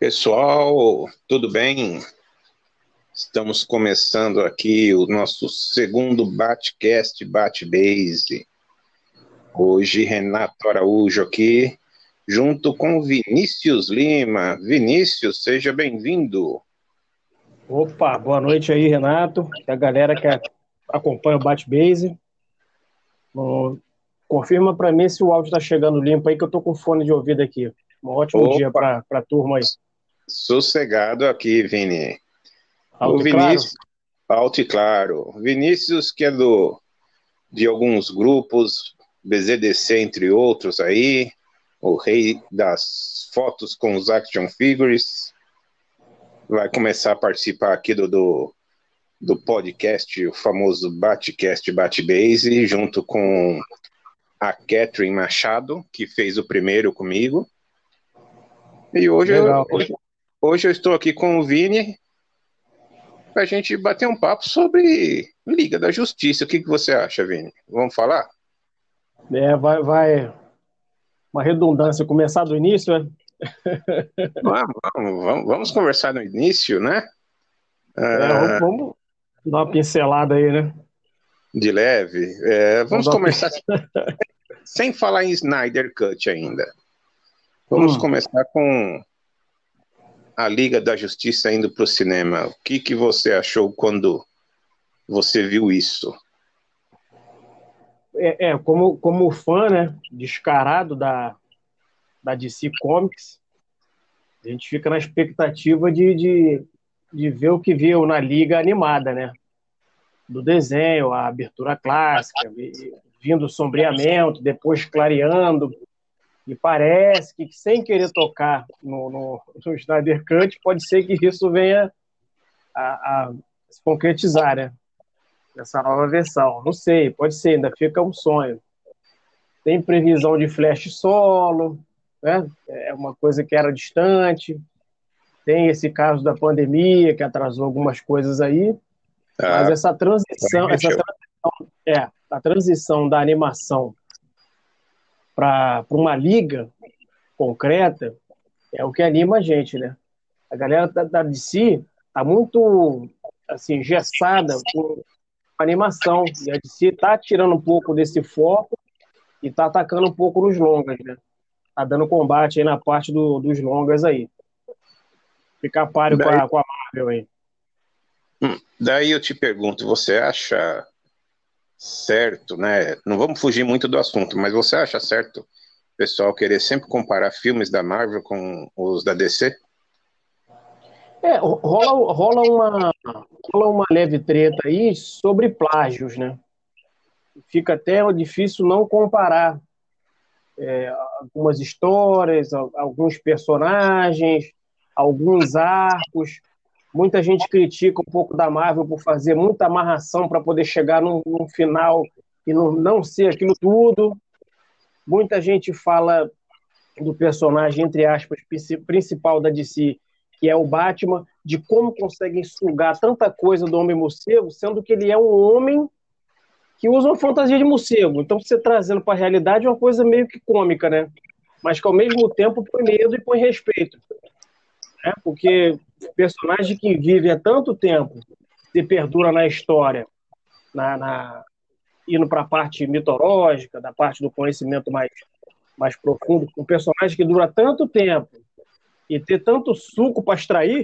Pessoal, tudo bem? Estamos começando aqui o nosso segundo Batcast Batbase. Hoje, Renato Araújo aqui, junto com Vinícius Lima. Vinícius, seja bem-vindo. Opa, boa noite aí, Renato. A galera que acompanha o Batbase. Confirma para mim se o áudio está chegando limpo aí, que eu tô com fone de ouvido aqui. Um ótimo dia Opa, para a turma aí. sossegado aqui, Vini. O Alto e claro? Vinícius, alto e claro. Vinícius, que é de alguns grupos, BZDC, entre outros aí, o rei das fotos com os action figures, vai começar a participar aqui do podcast, o famoso Batcast Batbase, junto com a Catherine Machado, que fez o primeiro comigo. E Legal. hoje eu estou aqui com o Vini para a gente bater um papo sobre Liga da Justiça. O que você acha, Vini? Vamos falar? Vai uma redundância. Começar do início, né? Vamos conversar no início, né? Vamos dar uma pincelada aí, né? De leve. Vamos Vamos dar uma começar sem falar em Snyder Cut ainda. Vamos Hum. começar com a Liga da Justiça indo para o cinema. O que você achou quando você viu isso? Como fã, né, descarado da DC Comics, a gente fica na expectativa de ver o que viu na Liga Animada, né? Do desenho, a abertura clássica, vindo sombreamento, depois clareando, e parece que sem querer tocar no Snyder Cut, pode ser que isso venha a se concretizar, né? Essa nova versão. Não sei, pode ser, ainda fica um sonho. Tem previsão de Flash solo, né? É uma coisa que era distante. Tem esse caso da pandemia que atrasou algumas coisas aí, mas Ah, a transição da animação para uma liga concreta é o que anima a gente, né? A galera da DC tá muito assim engessada com animação e a DC tá tirando um pouco desse foco e tá atacando um pouco nos longas, né? Tá dando combate aí na parte dos longas aí. Ficar páreo com daí, a Marvel aí. daí eu te pergunto, você acha certo, né? Não vamos fugir muito do assunto, mas você acha certo o pessoal querer sempre comparar filmes da Marvel com os da DC? Rola uma leve treta aí sobre plágios, né? Fica até difícil não comparar algumas histórias, alguns personagens, alguns arcos. Muita gente critica um pouco da Marvel por fazer muita amarração para poder chegar num final e não ser aquilo tudo. Muita gente fala do personagem, entre aspas, principal da DC, que é o Batman, de como conseguem sugar tanta coisa do Homem-Morcego, sendo que ele é um homem que usa uma fantasia de morcego. Então, você trazendo para a realidade é uma coisa meio que cômica, né? Mas que, ao mesmo tempo, põe medo e põe respeito. Né? Porque personagem que vive há tanto tempo se perdura na história, indo para a parte mitológica, da parte do conhecimento mais profundo, um personagem que dura tanto tempo e ter tanto suco para extrair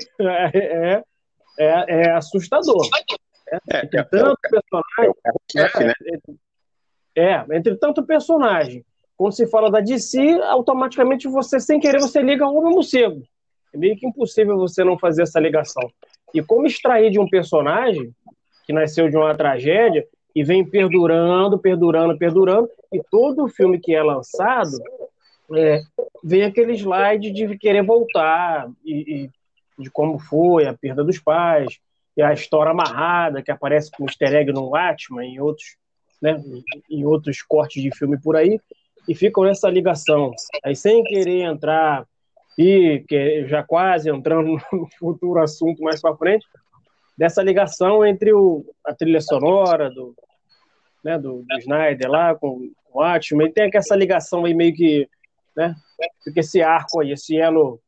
é assustador. Entre tanto personagem, Carro-chefe, né? entre tanto personagem, quando se fala da DC, automaticamente você, sem querer, você liga ao Homem-Morcego. É meio que impossível você não fazer essa ligação. E como extrair de um personagem que nasceu de uma tragédia e vem perdurando, e todo filme que é lançado vem aquele slide de querer voltar e de como foi a perda dos pais, e a história amarrada que aparece com easter egg no Atman e outros, né, em outros cortes de filme por aí, e ficam nessa ligação. Aí, sem querer entrar, e que já quase entrando no futuro assunto mais para frente, dessa ligação entre a trilha sonora do Snyder lá com o Atman, e tem essa ligação aí meio que, né, fica esse arco aí, esse elo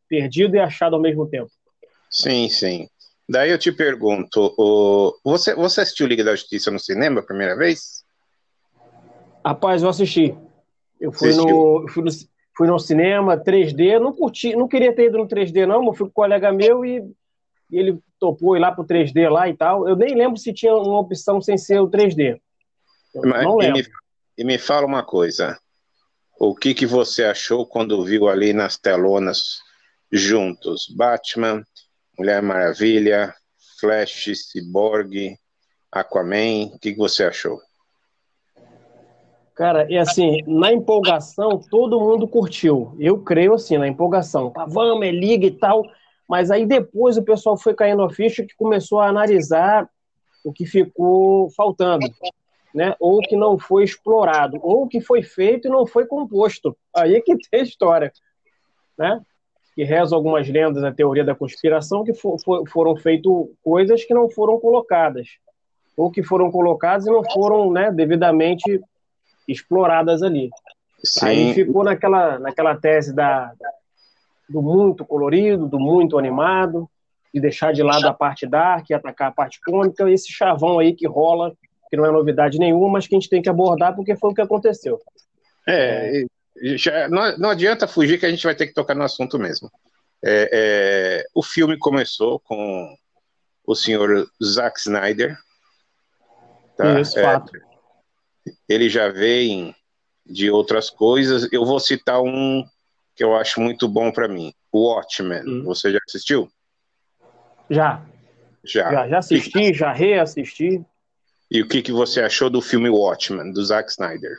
perdido e achado ao mesmo tempo. Sim, sim. Daí eu te pergunto, você assistiu Liga da Justiça no cinema a primeira vez? Rapaz, eu assisti. Eu fui Assistiu. no, fui no, fui no cinema 3D, não curti, não queria ter ido no 3D, não, mas fui com um colega meu e ele topou ir lá pro 3D lá e tal. Eu nem lembro se tinha uma opção sem ser o 3D. Eu Mas- não E me, lembro. e me fala uma coisa, o que que você achou quando viu ali nas telonas juntos? Batman, Mulher Maravilha, Flash, Cyborg, Aquaman, o que que você achou? Cara, e assim, na empolgação, todo mundo curtiu. Eu creio assim, na empolgação. Tá, vamos, liga e tal. Mas aí depois o pessoal foi caindo a ficha que começou a analisar o que ficou faltando, né? Ou que não foi explorado, ou que foi feito e não foi composto. Aí é que tem a história, né? Que reza algumas lendas da teoria da conspiração que foram feitas coisas que não foram colocadas, ou que foram colocadas e não foram, né, devidamente exploradas ali. Aí Sim, ficou naquela tese do muito colorido, do muito animado, de deixar de lado a parte dark e atacar a parte cômica, esse chavão aí que rola, que não é novidade nenhuma, mas que a gente tem que abordar porque foi o que aconteceu. é, não adianta fugir que a gente vai ter que tocar no assunto mesmo. O filme começou com o senhor Zack Snyder, tá? Isso, fato. Ele já vem de outras coisas. Eu vou citar um que eu acho muito bom para mim, o Watchmen. Você já assistiu? Já, Já. já assisti, já reassisti. E o que que você achou do filme Watchmen, do Zack Snyder?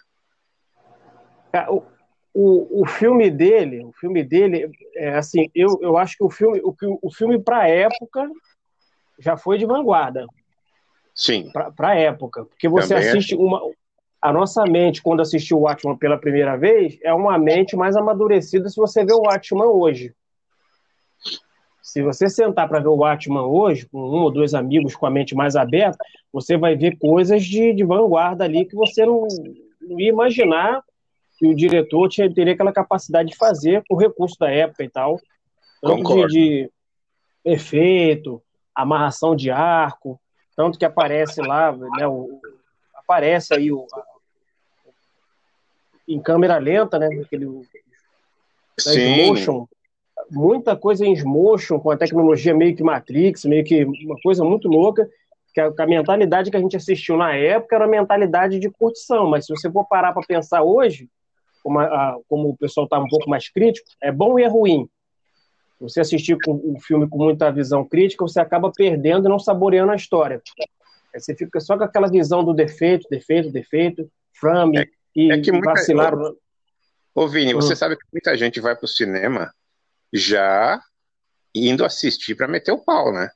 O filme dele, é assim, eu acho que o filme para a época já foi de vanguarda. Sim. Para a época. Porque você Também assiste a nossa mente, quando assistiu o Watchmen pela primeira vez, é uma mente mais amadurecida se você vê o Watchmen hoje. Se você sentar para ver o Watchmen hoje, com um ou dois amigos com a mente mais aberta, você vai ver coisas de vanguarda ali que você não ia imaginar que o diretor teria aquela capacidade de fazer com o recurso da época e tal. Tanto concordo. de efeito, amarração de arco, tanto que aparece lá, né, aparece aí em câmera lenta, né, aquele Sim. motion, muita coisa em motion, com a tecnologia meio que Matrix, meio que uma coisa muito louca, que a mentalidade que a gente assistiu na época era a mentalidade de curtição, mas se você for parar para pensar hoje, como o pessoal está um pouco mais crítico, é bom e é ruim. Você assistir o filme com muita visão crítica, você acaba perdendo e não saboreando a história. Aí você fica só com aquela visão do defeito, frame que muita... vacilaram. Ô Vini, você sabe que muita gente vai pro cinema já indo assistir para meter o pau, né?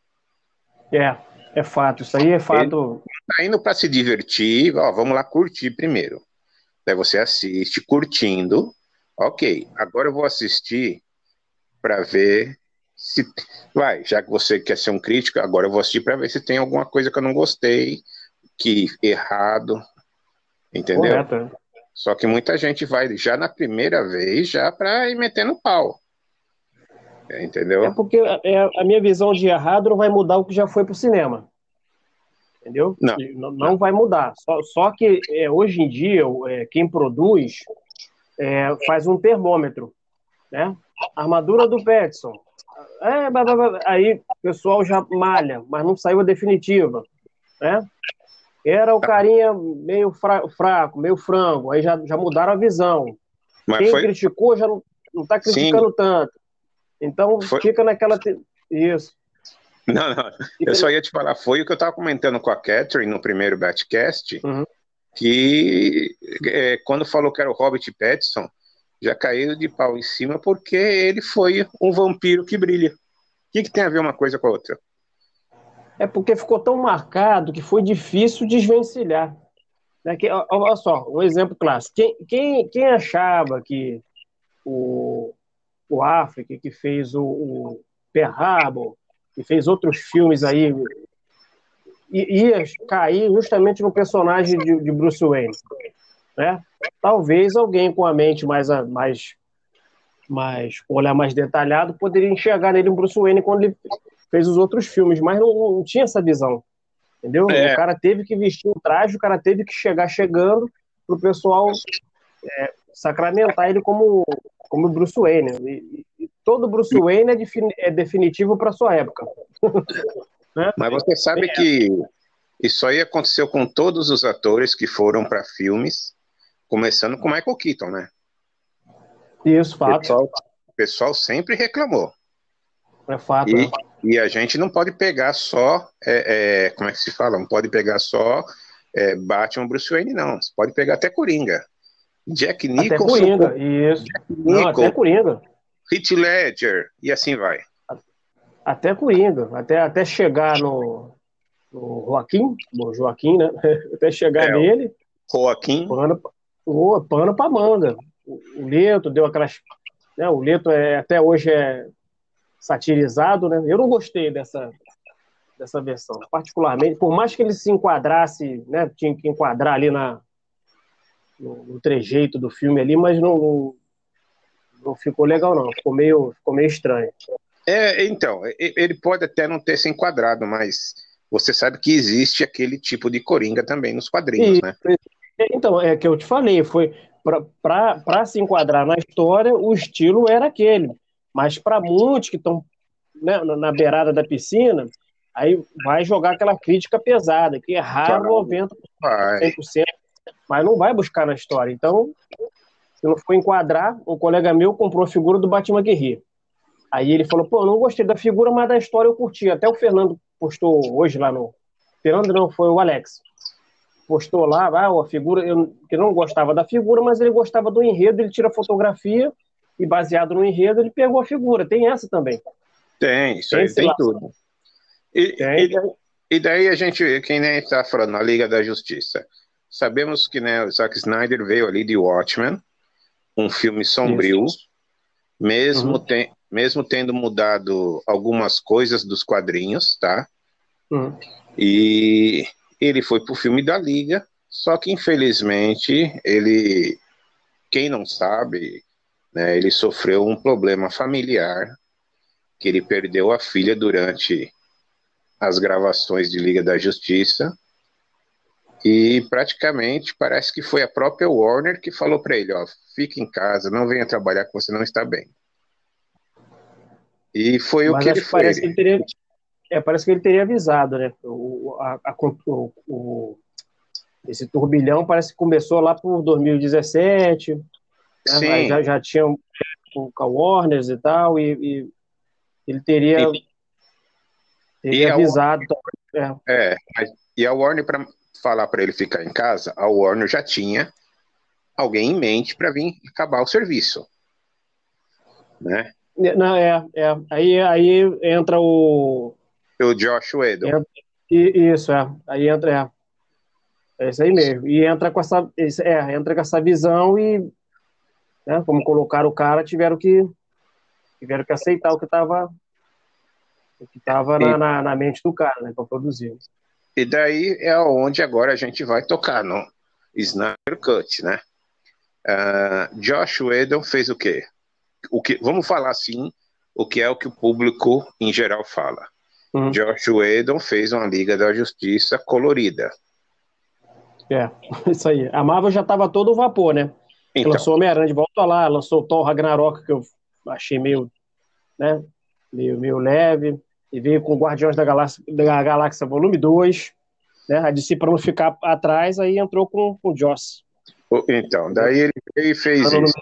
É fato, isso aí é fato. Ele tá indo para se divertir, ó, vamos lá curtir primeiro. Daí você assiste, curtindo, ok, agora eu vou assistir para ver se... Vai, já que você quer ser um crítico, agora eu vou assistir para ver se tem alguma coisa que eu não gostei, que errado, entendeu? Correto. Só que muita gente vai já na primeira vez, já para ir metendo pau. Entendeu? É porque a minha visão de errado não vai mudar o que já foi pro cinema. Entendeu? Não vai mudar. Só que hoje em dia, quem produz faz um termômetro, né? Armadura do Petson. Aí o pessoal já malha, mas não saiu a definitiva, né? Era o carinha meio fraco, meio frango, aí já mudaram a visão. Quem criticou já não está criticando tanto. Então fica naquela... Isso. Não. Eu só ia te falar, foi o que eu estava comentando com a Catherine no primeiro Batcast, que quando falou que era o Robert Pattinson, já caiu de pau em cima porque ele foi um vampiro que brilha. O que tem a ver uma coisa com a outra? É porque ficou tão marcado que foi difícil desvencilhar. Né? Olha só, um exemplo clássico. Quem achava que o África, que fez o Pearl Harbor, que fez outros filmes aí, ia cair justamente no personagem de Bruce Wayne, né? Talvez alguém com a mente mais mais, com um olhar mais detalhado, poderia enxergar nele um Bruce Wayne quando ele fez os outros filmes, mas não tinha essa visão, entendeu? O É, cara teve que vestir o traje, o cara teve que chegar chegando pro pessoal sacramentar ele como Bruce Wayne. E todo Bruce Wayne é definitivo para sua época. Né? mas você sabe que isso aí aconteceu com todos os atores que foram para filmes, começando com Michael Keaton, né? Isso, O fato. pessoal sempre reclamou. É fato, E, né? e a gente não pode pegar só, como é que se fala? Não pode pegar só Batman, Bruce Wayne, não. Você pode pegar até Coringa. Jack Até Nicholson, Coringa, isso. Não, até Nicholson, Coringa. Heath Ledger, e assim vai. Até Coringa. Até chegar no Joaquim, bom, Joaquim, né? Até chegar É, o nele, Joaquim, pano pra manga. O Leto deu aquelas. Né, o Leto até hoje é satirizado, né? Eu não gostei dessa versão, particularmente. Por mais que ele se enquadrasse, né? Tinha que enquadrar ali no trejeito do filme ali, mas não ficou legal, não. Ficou meio estranho. então, ele pode até não ter se enquadrado, mas você sabe que existe aquele tipo de Coringa também nos quadrinhos, E, né? então, é que eu te falei, foi para se enquadrar na história, o estilo era aquele. Mas para muitos que estão, né, na beirada da piscina, aí vai jogar aquela crítica pesada, que é Vai, raro 90%, vai. 100%, mas não vai buscar na história. Então, se não for enquadrar, um colega meu comprou a figura do Batman Guerreiro. Aí ele falou, pô, eu não gostei da figura, mas da história eu curti. Até o Fernando postou hoje lá no... Fernando não, foi o Alex. Postou lá, a figura, que não gostava da figura, mas ele gostava do enredo, ele tira a fotografia e baseado no enredo ele pegou a figura. Tem essa também. Tem, isso Tem aí esse tem lá. tudo. E, Tem, e, tem. e daí a gente, quem nem está falando, na Liga da Justiça. Sabemos que, né, o Zack Snyder veio ali de Watchmen, um filme Isso. sombrio, mesmo, Uhum. mesmo tendo mudado algumas coisas dos quadrinhos, tá? Uhum. E ele foi pro filme da Liga, só que infelizmente ele, quem não sabe, né, ele sofreu um problema familiar, que ele perdeu a filha durante as gravações de Liga da Justiça. E praticamente parece que foi a própria Warner que falou para ele, ó, fique em casa, não venha trabalhar que você não está bem. E foi o Mas que ele acho que foi. parece que ele teria avisado, né? Esse turbilhão parece que começou lá por 2017, né? Aí Sim, já tinha com a Warner e tal, e ele e, e teria a, avisado. e a Warner, para falar para ele ficar em casa, a Warner já tinha alguém em mente para vir acabar o serviço, né? Não, aí entra o. O Josh Whedon. Entra, isso, Aí entra. É isso aí mesmo. E entra com essa visão e, né, como colocaram o cara, tiveram que aceitar o que estava E, na mente do cara, né, para produzir. e daí é onde agora a gente vai tocar no Snyder Cut, né? Josh Whedon fez o quê? Vamos falar assim, o que é o que o público em geral fala. Uhum. Josh Whedon fez uma Liga da Justiça colorida. É, isso aí. A Marvel já estava todo o vapor, né? Que Então, lançou Homem-Aranha de volta lá, lançou o Thor Ragnarok, que eu achei meio, né, meio leve, e veio com Guardiões da Galáxia Volume 2, né? A DC, para não ficar atrás, aí entrou com o Joss. daí ele veio e fez isso.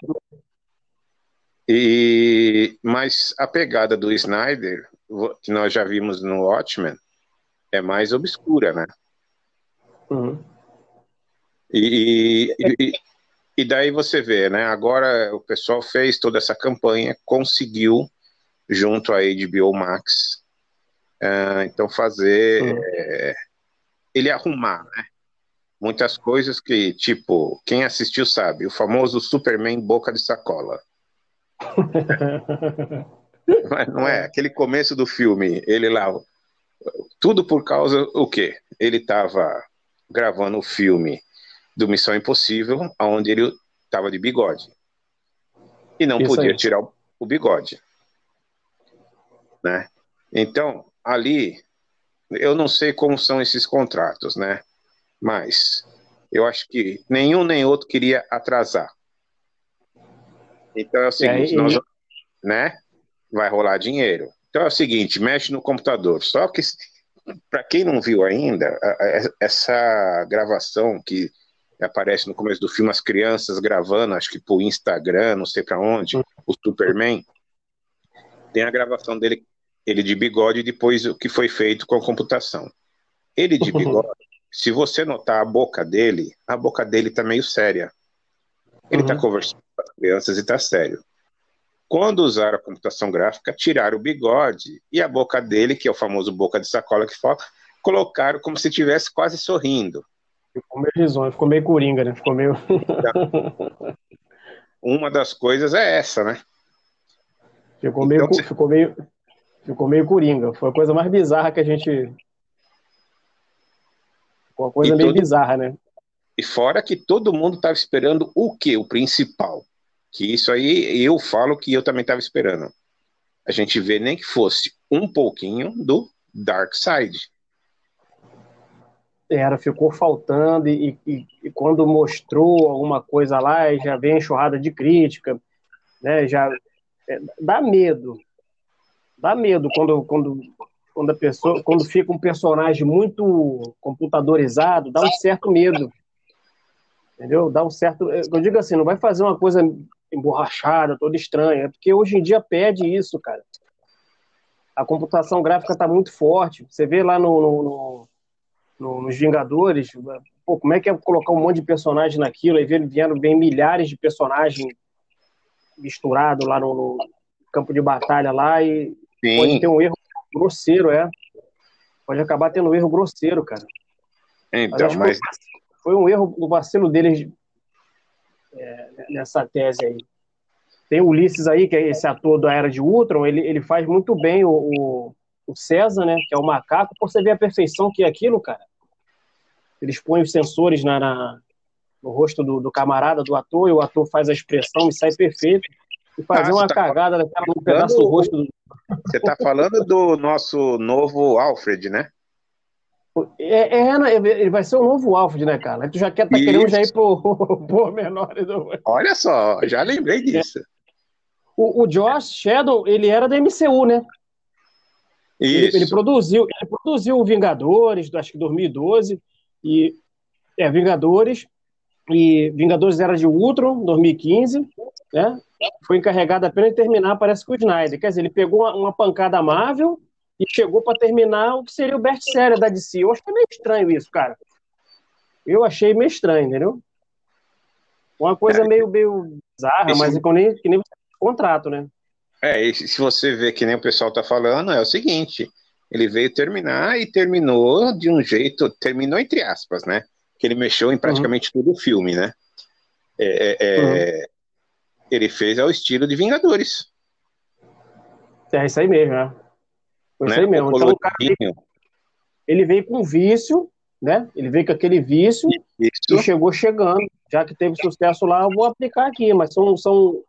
Mas a pegada do Snyder, que nós já vimos no Watchmen, é mais obscura, né? Uhum. E, e, e daí você vê, né? Agora o pessoal fez toda essa campanha, conseguiu, junto à HBO Max, então fazer, Uhum. ele arrumar, né? Muitas coisas que, tipo, quem assistiu sabe, o famoso Superman boca de sacola. Não é? Aquele começo do filme, ele lá, tudo por causa o quê? Ele estava gravando o filme do Missão Impossível, onde ele estava de bigode. E não Isso podia aí. tirar o bigode, né? Então, ali, eu não sei como são esses contratos, né? Mas eu acho que nenhum nem outro queria atrasar. Então é o seguinte, nós, né? Vai rolar dinheiro. Então é o seguinte, mexe no computador. Só que, para quem não viu ainda, essa gravação que aparece no começo do filme, as crianças gravando, acho que pro Instagram, não sei para onde, o Superman, tem a gravação dele, ele de bigode, e depois o que foi feito com a computação. Ele de bigode, se você notar a boca dele tá meio séria. Ele tá conversando com as crianças e tá sério. Quando usaram a computação gráfica, tiraram o bigode e a boca dele, que é o famoso boca de sacola que fala, colocaram como se estivesse quase sorrindo. Ficou meio risonho, ficou meio coringa, né? Ficou meio... Uma das coisas é essa, né? Ficou meio coringa. Foi a coisa mais bizarra que a gente... Ficou uma coisa meio bizarra, né? E fora que todo mundo estava esperando o quê? O principal. Que isso aí eu falo que eu também estava esperando. A gente vê nem que fosse um pouquinho do Darkseid. Ficou faltando e quando mostrou alguma coisa lá, já vem enxurrada de crítica, né? Já dá medo. Dá medo quando a pessoa, quando fica um personagem muito computadorizado, dá um certo medo. Entendeu? Dá um certo, eu digo assim, não vai fazer uma coisa emborrachada, toda estranha, porque hoje em dia pede isso, cara. A computação gráfica está muito forte. Você vê lá nos Vingadores, pô, como é que é colocar um monte de personagem naquilo, aí vieram bem milhares de personagens misturados lá no campo de batalha lá, e Sim. Pode ter um erro grosseiro, pode acabar tendo um erro grosseiro, cara. Então, mas foi um erro, o vacilo deles nessa tese aí. Tem o Ulisses aí, que é esse ator da Era de Ultron, ele faz muito bem o César, né, que é o macaco, por você ver a perfeição que é aquilo, cara. Eles põem os sensores no rosto do camarada, do ator, e o ator faz a expressão e sai perfeito. E fazer uma cagada daquela no pedaço do rosto do... Você tá falando do nosso novo Alfred, né? Ele vai ser o novo Alfred, né, cara? Tu já querendo já ir pro menores do... Olha só, já lembrei disso. O Josh Shadow, ele era da MCU, né? Isso. Ele produziu o Vingadores, acho que 2012, e Vingadores, e Vingadores Era de Ultron, 2015, né? Foi encarregado apenas de terminar, parece que o Snyder. Quer dizer, ele pegou uma pancada Marvel e chegou para terminar o que seria o best-seller da DC. Eu acho que é meio estranho isso, cara. Eu achei meio estranho, entendeu? Uma coisa meio bizarra, mas que nem contrato, né? E se você vê que nem o pessoal tá falando, é o seguinte, ele veio terminar e terminou de um jeito, terminou entre aspas, né? Que ele mexeu em praticamente todo o filme, né? Ele fez ao estilo de Vingadores. É isso aí mesmo, né? Foi isso aí mesmo. Então o cara ele veio com vício, né? Ele veio com aquele vício e chegou chegando. Já que teve sucesso lá, eu vou aplicar aqui, mas são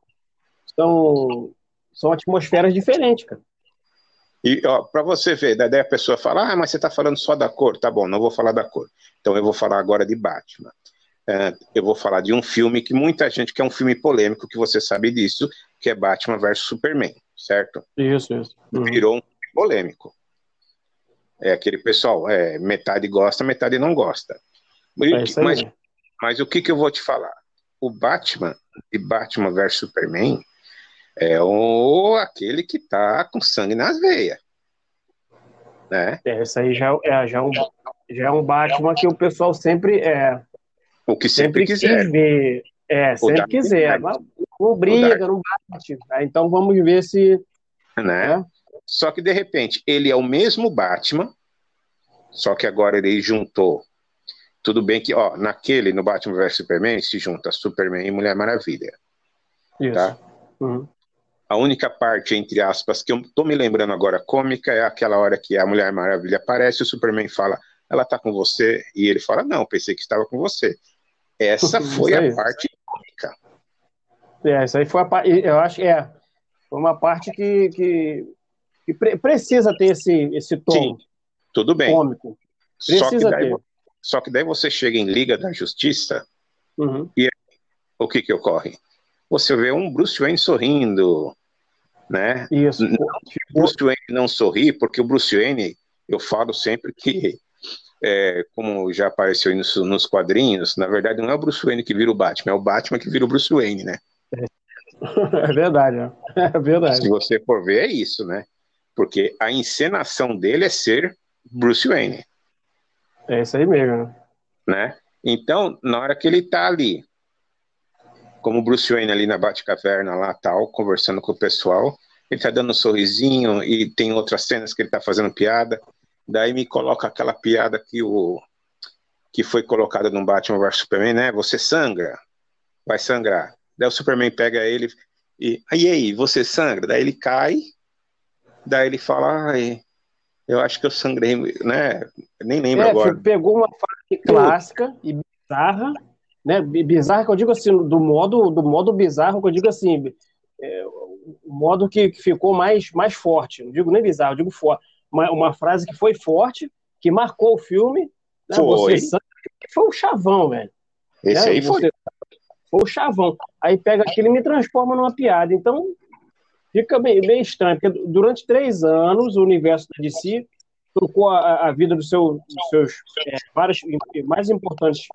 atmosferas diferentes, cara. E para você ver, daí a pessoa fala, mas você tá falando só da cor. Tá bom, não vou falar da cor. Então eu vou falar agora de Batman. Eu vou falar de um filme que muita gente quer, um filme polêmico, que você sabe disso, que é Batman versus Superman, certo? Isso. Virou um filme polêmico. É aquele pessoal, metade gosta, metade não gosta. Mas o que eu vou te falar? O Batman e Batman versus Superman é aquele que tá com sangue nas veias. Né? Isso aí já é um Batman que o pessoal sempre o que sempre quiser ver. Sempre quiser. Não briga, não bate. Então vamos ver se... Né? Só que de repente ele é o mesmo Batman, só que agora ele juntou. Tudo bem que no Batman vs Superman se junta Superman e Mulher Maravilha. Isso. Tá? A única parte, entre aspas, que eu tô me lembrando agora cômica é aquela hora que a Mulher Maravilha aparece e o Superman fala, ela tá com você? E ele fala, não, pensei que estava com você. Essa foi a parte cômica. Essa aí foi a parte, eu acho, Foi uma parte que precisa ter esse Sim, tom tudo bem. cômico. Só que Precisa daí, ter. só que daí você chega em Liga da Justiça Uhum. e o que que ocorre? Você vê um Bruce Wayne sorrindo, né? Isso. Não que o Bruce Wayne não sorri, porque o Bruce Wayne, eu falo sempre que, como já apareceu nos quadrinhos, na verdade não é o Bruce Wayne que vira o Batman, é o Batman que vira o Bruce Wayne, né? É verdade, né? É Se verdade. você for ver, é isso, né? Porque a encenação dele é ser Bruce Wayne, É isso aí mesmo, né? né? Então, na hora que ele tá ali, como Bruce Wayne ali na Batcaverna lá, tal, conversando com o pessoal, ele tá dando um sorrisinho e tem outras cenas que ele tá fazendo piada, daí me coloca aquela piada que foi colocada no Batman vs Superman, né? Você sangra, vai sangrar. Daí o Superman pega ele e aí, você sangra? Daí ele cai, daí ele fala, ai, eu acho que eu sangrei, né? Nem lembro agora. Pegou uma frase Putz, clássica e bizarra, né? Bizarra que eu digo assim, do modo bizarro que eu digo assim, o modo que ficou mais forte. Não digo nem bizarro, eu digo forte. Uma frase que foi forte, que marcou o filme, né? Você foi. sabe que foi o chavão, velho. Esse Né? aí foi. Você foi o chavão. Aí pega aquilo e me transforma numa piada. Então, fica bem estranho, porque durante 3 anos o universo da DC trocou a vida dos seus vários mais importantes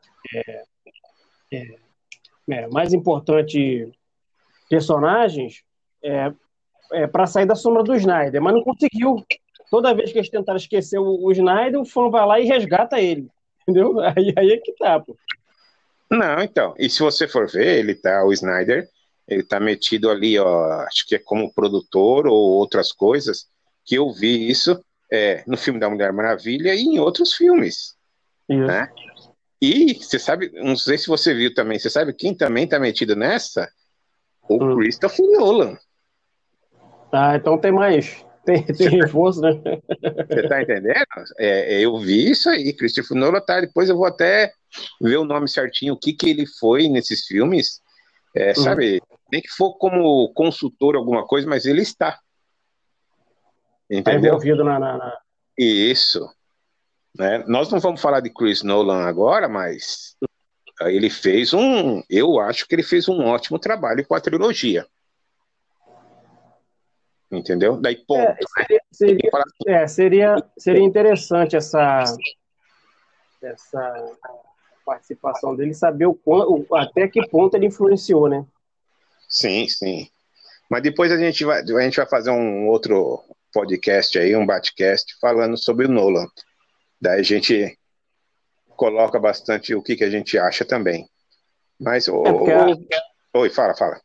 mais importantes personagens para sair da sombra do Snyder, mas não conseguiu. Toda vez que eles tentaram esquecer o Snyder, o fã vai lá e resgata ele. Entendeu? Aí é que tá, pô. Não, então, e se você for ver, o Snyder, ele tá metido ali, ó, acho que é como produtor ou outras coisas, que eu vi isso no filme da Mulher Maravilha e em outros filmes, Isso. né? E você sabe, não sei se você viu também, você sabe quem também tá metido nessa? O Hum. Christopher Nolan. Ah, então tem mais. Tem Você tá, reforço, né? você tá entendendo? Eu vi isso aí, Christopher Nolan, tá? Depois eu vou até ver o nome certinho, o que que ele foi nesses filmes, Uhum. sabe? Nem que for como consultor alguma coisa, mas ele está, Tá entendeu? envolvido Isso, né? Nós não vamos falar de Chris Nolan agora, mas ele fez eu acho que ele fez um ótimo trabalho com a trilogia, entendeu? Daí ponto, né? Seria, Vamos seria, falar seria ponto. interessante essa participação dele, saber até que ponto ele influenciou, né? Sim, sim. Mas depois a gente vai fazer um outro podcast aí, um batcast falando sobre o Nolan. Daí a gente coloca bastante o que que a gente acha também. Mas Porque oi, fala.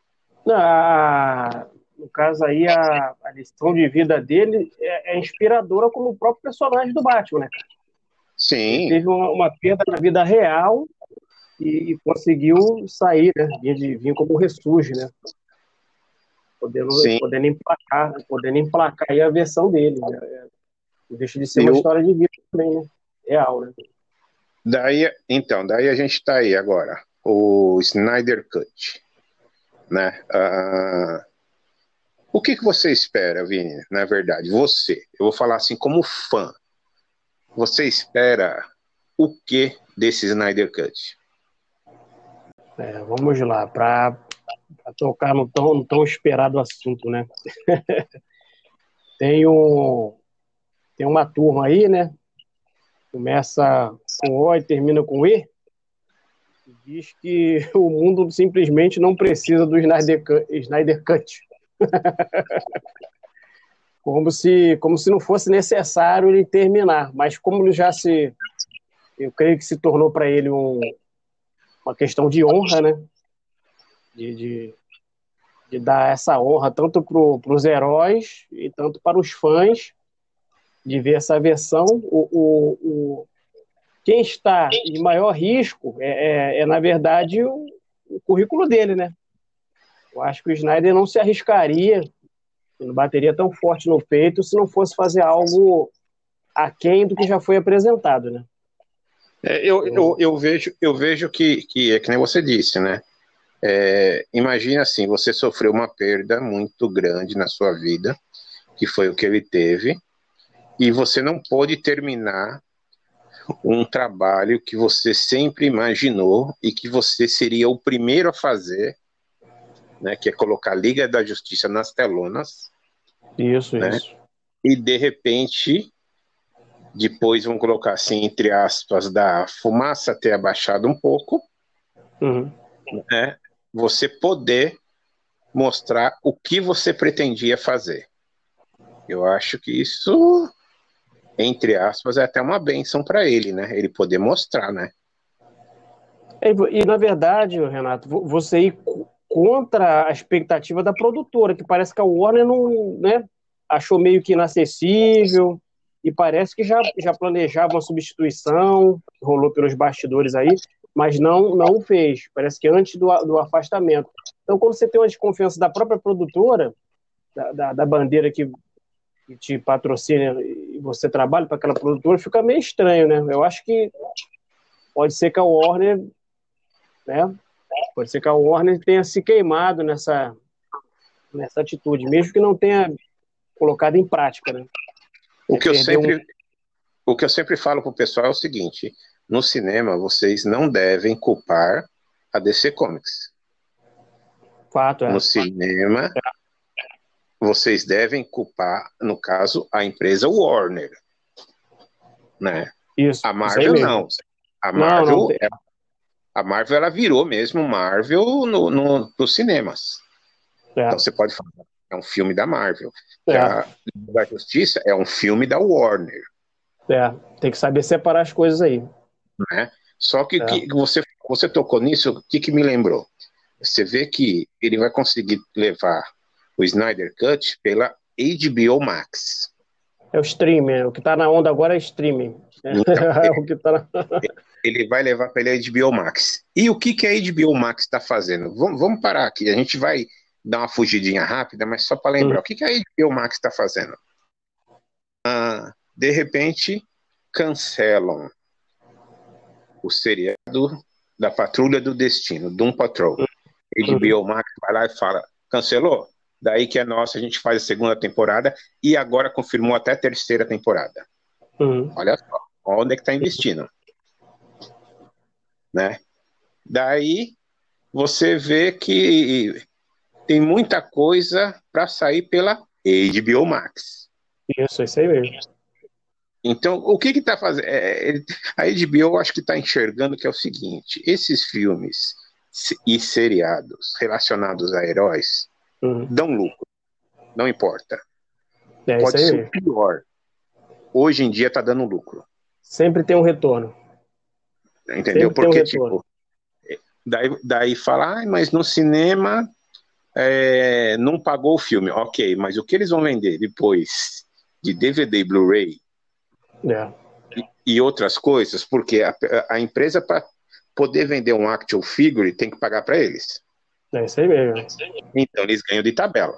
no caso aí, a lição de vida dele é inspiradora como o próprio personagem do Batman, né, cara? Ele Sim, teve uma perda na vida real e conseguiu sair, né? Vinha como ressurge, né? sim. Podendo emplacar aí a versão dele, né? Não deixa de ser E uma o, história de vida também, né? Real, né? daí a gente está aí agora, o Snyder Cut, né? O que que você espera, Vini? Na verdade, eu vou falar assim como fã, você espera o que desse Snyder Cut? Vamos lá, para tocar no tão esperado assunto, né? Tem, um, tem uma turma aí, né? Começa com O e termina com E, e diz que o mundo simplesmente não precisa do Snyder Cut. Como se não fosse necessário ele terminar. Mas como ele eu creio que se tornou para ele uma questão de honra, né? De, de, de dar essa honra tanto para os heróis e tanto para os fãs de ver essa versão. Quem está em maior risco na verdade, o currículo dele, né? Eu acho que o Snyder não se arriscaria, não bateria tão forte no peito se não fosse fazer algo aquém do que já foi apresentado, né? Eu vejo que é que nem você disse, né? Imagina assim, você sofreu uma perda muito grande na sua vida, que foi o que ele teve, e você não pôde terminar um trabalho que você sempre imaginou e que você seria o primeiro a fazer, né, que é colocar a Liga da Justiça nas telonas, Isso, né, isso. e de repente, depois vamos colocar assim, entre aspas, da fumaça ter abaixado um pouco, Uhum. né, você poder mostrar o que você pretendia fazer. Eu acho que isso, entre aspas, é até uma bênção para ele, né? Ele poder mostrar, né? E, na verdade, Renato, você ir contra a expectativa da produtora, que parece que a Warner não, né, achou meio que inacessível, e parece que já planejava uma substituição, rolou pelos bastidores aí, mas não fez. Parece que antes do afastamento. Então, quando você tem uma desconfiança da própria produtora, da bandeira que te patrocina e você trabalha para aquela produtora, fica meio estranho, né? Eu acho que pode ser que a Warner, né? Pode ser que a Warner tenha se queimado nessa atitude, mesmo que não tenha colocado em prática, né? O que eu Perder um sempre, o que eu sempre falo pro pessoal é o seguinte: no cinema vocês não devem culpar a DC Comics. fato, No cinema vocês devem culpar, no caso, a empresa Warner, né? Isso A aí Marvel mesmo. não. A Não, Marvel, a Marvel ela virou mesmo Marvel nos cinemas. Então você pode falar, é um filme da Marvel. Já da Justiça é um filme da Warner, tem que saber separar as coisas aí. né? Só que, você tocou nisso, o que me lembrou? Você vê que ele vai conseguir levar o Snyder Cut pela HBO Max. É o streaming, o que está na onda agora é streaming. Então, O que tá ele vai levar pela HBO Max. E o que a HBO Max está fazendo? Vamos parar aqui, a gente vai dar uma fugidinha rápida, mas só para lembrar, o que a HBO Max está fazendo? De repente, cancelam o seriado da Patrulha do Destino, Doom Patrol. HBO Max vai lá e fala, cancelou? Daí que é nossa, a gente faz a segunda temporada e agora confirmou até a terceira temporada. Olha só, onde é que está investindo? Né? Daí você vê que tem muita coisa para sair pela HBO Max. Isso aí mesmo. Então, o que está fazendo? A HBO acho que está enxergando que é o seguinte: esses filmes e seriados relacionados a heróis dão lucro, não importa. Pode ser o pior. Hoje em dia está dando lucro. Sempre tem um retorno. Entendeu? Sempre porque, tipo, daí fala, mas no cinema não pagou o filme. Ok, mas o que eles vão vender depois de DVD e Blu-ray e outras coisas, porque a empresa, para poder vender um action figure, tem que pagar para eles. É isso aí mesmo. Então, eles ganham de tabela.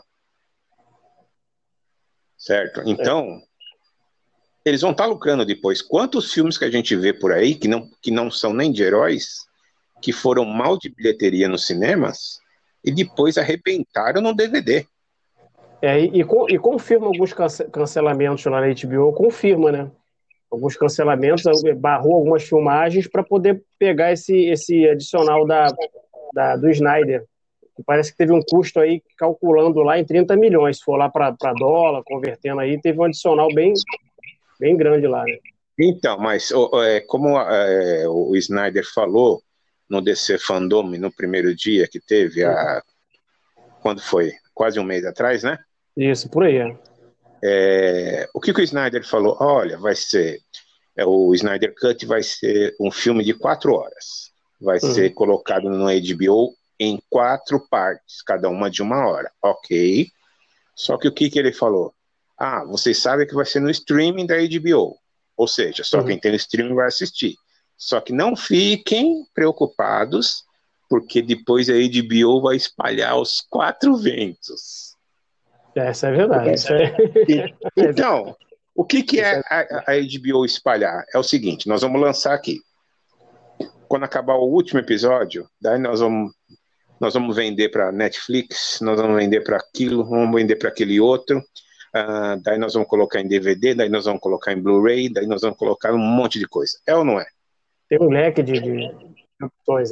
Certo? Então, eles vão estar lucrando depois. Quantos filmes que a gente vê por aí, que não são nem de heróis, que foram mal de bilheteria nos cinemas e depois arrebentaram no DVD. E confirma alguns cancelamentos lá na HBO, confirma, né? Alguns cancelamentos, barrou algumas filmagens para poder pegar esse adicional do Snyder. Parece que teve um custo aí, calculando lá em 30 milhões. Se for lá para dólar, convertendo aí, teve um adicional bem grande lá, né? Então, mas como o Snyder falou no DC Fandom, no primeiro dia que teve, quando foi? Quase um mês atrás, né? Isso, por aí. O que o Snyder falou? Olha, vai ser... o Snyder Cut vai ser um filme de 4 horas. Vai ser colocado no HBO em 4 partes, cada uma de 1 hora. Ok. Só que o que ele falou? Vocês sabem que vai ser no streaming da HBO. Ou seja, só quem tem no streaming vai assistir. Só que não fiquem preocupados, porque depois a HBO vai espalhar os 4 ventos. Essa é verdade. Então, o que é a HBO espalhar? É o seguinte, nós vamos lançar aqui. Quando acabar o último episódio, daí nós vamos nós vamos vender para Netflix, nós vamos vender para aquilo, vamos vender para aquele outro, daí nós vamos colocar em DVD, daí nós vamos colocar em Blu-ray, daí nós vamos colocar um monte de coisa. É ou não é? Tem um leque de opções,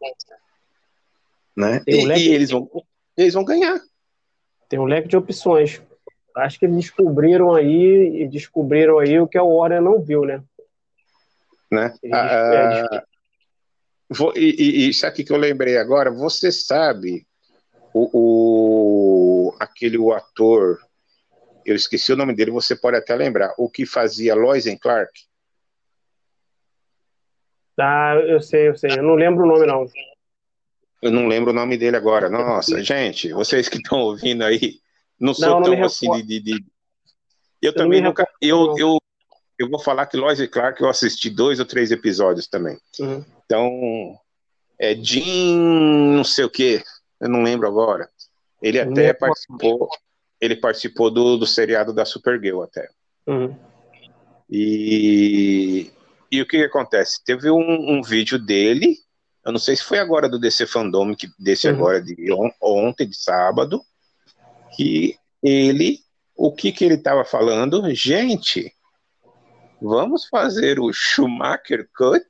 Né? Tem um leque, E eles vão ganhar. tem um leque de opções. Acho que eles descobriram aí o que a Warner não viu, né? Né? Sabe o que eu lembrei agora? Você sabe aquele ator, eu esqueci o nome dele, você pode até lembrar, o que fazia Lois and Clark? Eu sei. Eu não lembro o nome, não. Eu não lembro o nome dele agora. Nossa, gente, vocês que estão ouvindo aí, não sou Não me tão assim recordo. Eu Eu também não me nunca. recordo, não. Eu vou falar que Lois e Clark eu assisti 2 ou 3 episódios também. Uhum. Então, Jim, não sei o que, eu não lembro agora. Ele até participou do seriado da Supergirl até. Uhum. E o que acontece? Teve um vídeo dele, eu não sei se foi agora do DC Fandom, desse agora de ontem, de sábado, que o que ele estava falando? Gente, vamos fazer o Schumacher Cut?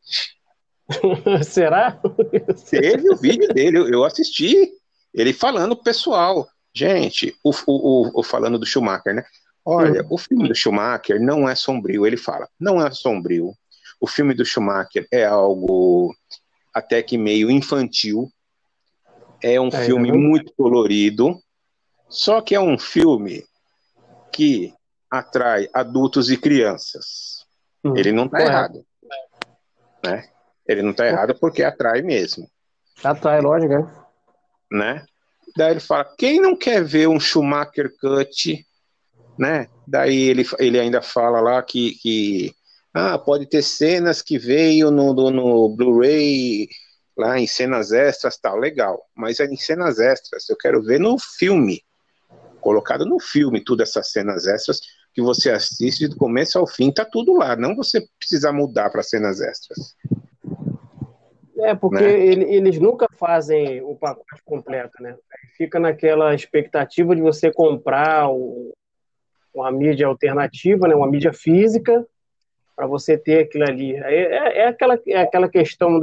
Será? Teve o vídeo dele, eu assisti, ele falando pro pessoal, gente, falando do Schumacher, né? Olha, o filme do Schumacher não é sombrio, ele fala, não é sombrio. O filme do Schumacher é algo até que meio infantil, é um filme muito colorido, só que é um filme que atrai adultos e crianças. Ele não tá errado, né? Ele não tá errado porque atrai mesmo. Atrai, lógico, né? Daí ele fala, quem não quer ver um Schumacher Cut, né? Daí ele ainda fala lá que pode ter cenas que veio no Blu-ray, lá em cenas extras, tal, legal, mas é em cenas extras, eu quero ver no filme, colocado no filme, todas essas cenas extras que você assiste do começo ao fim, tá tudo lá, não você precisar mudar para cenas extras. Porque eles nunca fazem o pacote completo, né? Fica naquela expectativa de você comprar uma mídia alternativa, né? Uma mídia física, para você ter aquilo ali. É aquela questão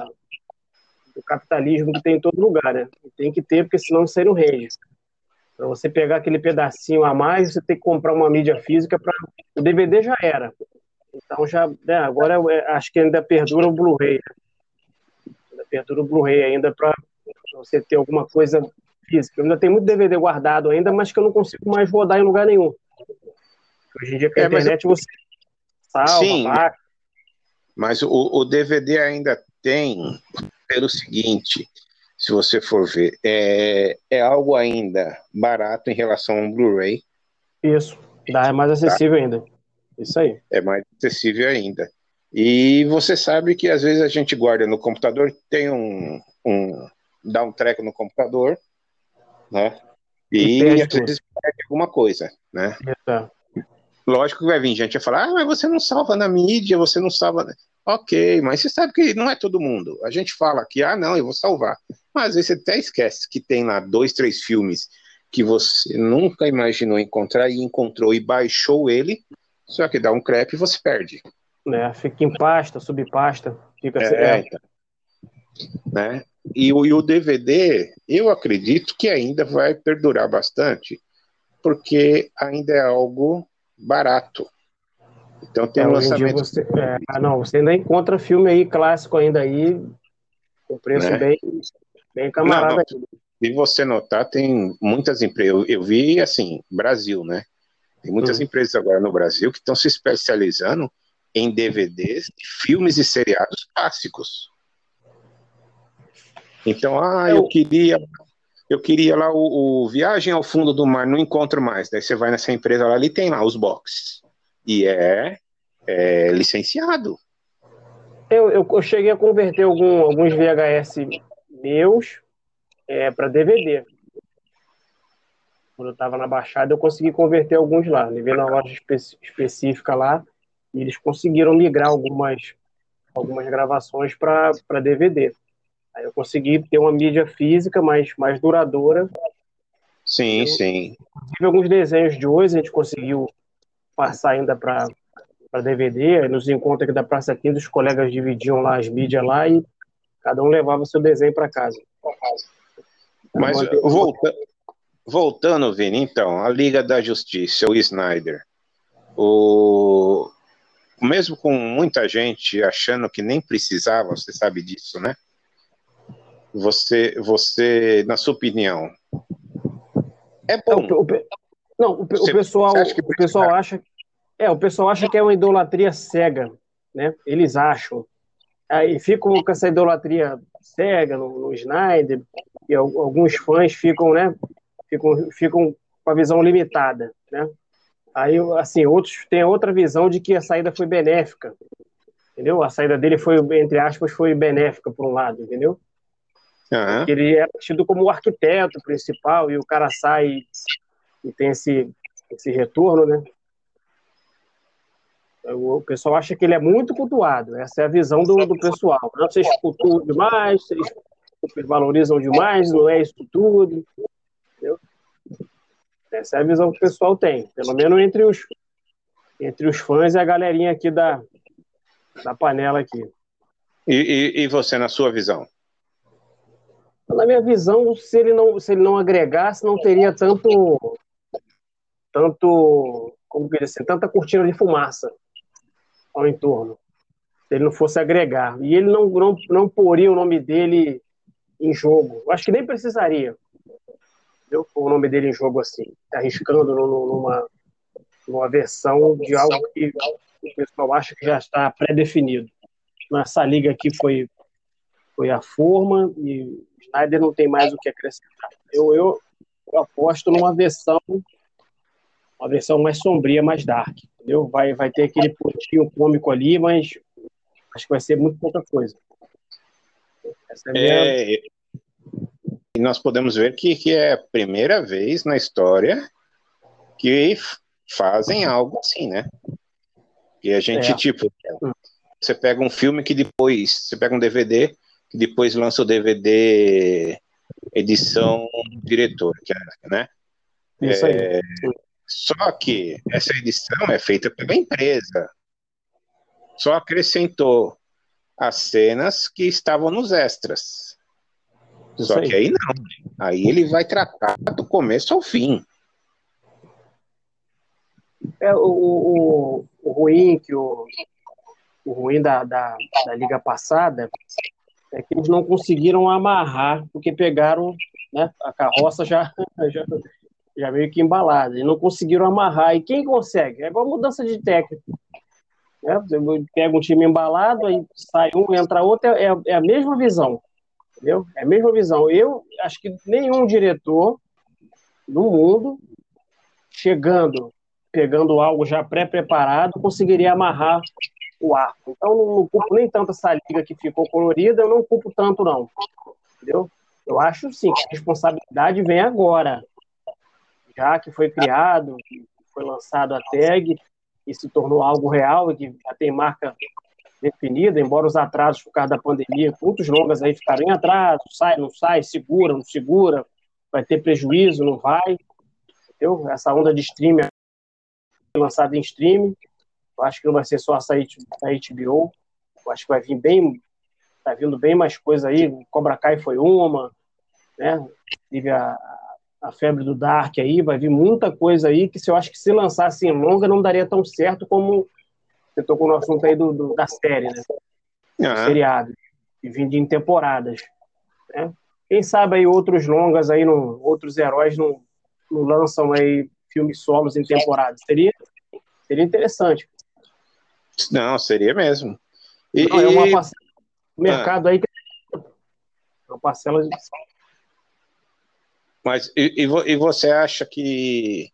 do capitalismo que tem em todo lugar, né? Tem que ter, porque senão isso aí não rende. Para você pegar aquele pedacinho a mais, você tem que comprar uma mídia física. O DVD já era. Então, agora acho que ainda perdura o Blu-ray, né? Abertura do Blu-ray ainda para você ter alguma coisa física. Eu ainda tenho muito DVD guardado ainda, mas que eu não consigo mais rodar em lugar nenhum. Hoje em dia com a internet você salva, baixa. Mas o DVD ainda tem, pelo seguinte, se você for ver, é algo ainda barato em relação ao Blu-ray. Isso, é mais acessível ainda. Isso aí. É mais acessível ainda. E você sabe que às vezes a gente guarda no computador, tem dá um treco no computador, né? E às vezes perde alguma coisa, né? Lógico que vai vir gente a falar, mas você não salva na mídia, você não salva. Ok, mas você sabe que não é todo mundo. A gente fala aqui, não, eu vou salvar. Mas às vezes você até esquece que tem lá 2, 3 filmes que você nunca imaginou encontrar e encontrou e baixou ele, só que dá um crepe e você perde. Fica em pasta, subpasta. Fica então, né? E o DVD, eu acredito que ainda vai perdurar bastante, porque ainda é algo barato. Então tem um lançamento. Você ainda encontra filme aí clássico ainda aí, com preço bem camarada. Se você notar, tem muitas empresas. Eu vi assim, Brasil, né? Tem muitas empresas agora no Brasil que estão se especializando em DVDs de filmes e seriados clássicos. Então, eu queria lá o Viagem ao Fundo do Mar, não encontro mais. Daí você vai nessa empresa lá, ali tem lá os boxes. E é licenciado. Eu cheguei a converter alguns VHS meus para DVD. Quando eu estava na Baixada, eu consegui converter alguns lá. Levei na loja específica lá e eles conseguiram migrar algumas gravações para DVD. Aí eu consegui ter uma mídia física mais duradoura. Sim, sim. Tive alguns desenhos de hoje, a gente conseguiu passar ainda para DVD. Aí nos encontros aqui da Praça 15, os colegas dividiam lá as mídias lá e cada um levava seu desenho para casa. Mas voltando, Vini, então, a Liga da Justiça, o Snyder, mesmo com muita gente achando que nem precisava, você sabe disso, né? Você, na sua opinião, é bom. O pessoal acha, o pessoal acha que é uma idolatria cega, né? Eles acham. Aí ficam com essa idolatria cega no Snyder, e alguns fãs ficam, né? Ficam com a visão limitada, né? Aí, assim, outros têm outra visão de que a saída foi benéfica, entendeu? A saída dele foi, entre aspas, foi benéfica por um lado, entendeu? Uhum. Porque ele é tido como o arquiteto principal e o cara sai e tem esse retorno, né? O pessoal acha que ele é muito cultuado. Essa é a visão do pessoal. Não, vocês cultuam demais, vocês valorizam demais, não é isso tudo. Entendeu? Essa é a visão que o pessoal tem. Pelo menos entre os fãs e a galerinha aqui da panela aqui. E você, na sua visão? Na minha visão, se ele não agregasse, não teria como que dizer, tanta cortina de fumaça ao entorno. Se ele não fosse agregar. E ele não poria o nome dele em jogo. Eu acho que nem precisaria. Entendeu? O nome dele em jogo assim. Arriscando numa versão de algo que o pessoal acha que já está pré-definido. Essa liga aqui foi a forma e o Snyder não tem mais o que acrescentar. Eu aposto numa versão mais sombria, mais dark. Entendeu? Vai ter aquele pontinho cômico ali, mas acho que vai ser muito pouca coisa. Essa é E nós podemos ver que é a primeira vez na história que fazem algo assim, né? E a gente, você pega um filme que depois, você pega um DVD que depois lança o DVD edição diretor, né? Isso aí. Só que essa edição é feita pela empresa. Só acrescentou as cenas que estavam nos extras. Só que aí não. Aí ele vai tratar do começo ao fim. O ruim o ruim da liga passada é que eles não conseguiram amarrar, porque pegaram, né, a carroça já meio que embalada, e não conseguiram amarrar. E quem consegue? É igual mudança de técnico. Né? Pega um time embalado, aí sai um, entra outro, é a mesma visão. Entendeu? É a mesma visão. Eu acho que nenhum diretor no mundo, pegando algo já pré-preparado, conseguiria amarrar o arco. Então, não culpo nem tanto essa liga que ficou colorida, eu não culpo tanto, não. Entendeu? Eu acho, sim, que a responsabilidade vem agora. Já que foi criado, que foi lançado a tag e se tornou algo real e que já tem marca definida, embora os atrasos por causa da pandemia, muitos longas aí ficaram em atraso, sai, não sai, segura, não segura, vai ter prejuízo, não vai. Entendeu? Essa onda de streaming lançada em streaming, eu acho que não vai ser só essa HBO, eu acho que vai vir tá vindo bem mais coisa aí, Cobra Kai foi uma, né? Tive a febre do Dark aí, vai vir muita coisa aí que eu acho que se lançasse em longa não daria tão certo como você tocou no assunto aí da série, né? Do seriado, e vindo em temporadas, né? Quem sabe aí outros longas aí, outros heróis não lançam aí filmes solos em temporada. Seria interessante. Não, seria mesmo. Não, é uma parcela do mercado aí que é uma parcela de... Mas e você acha que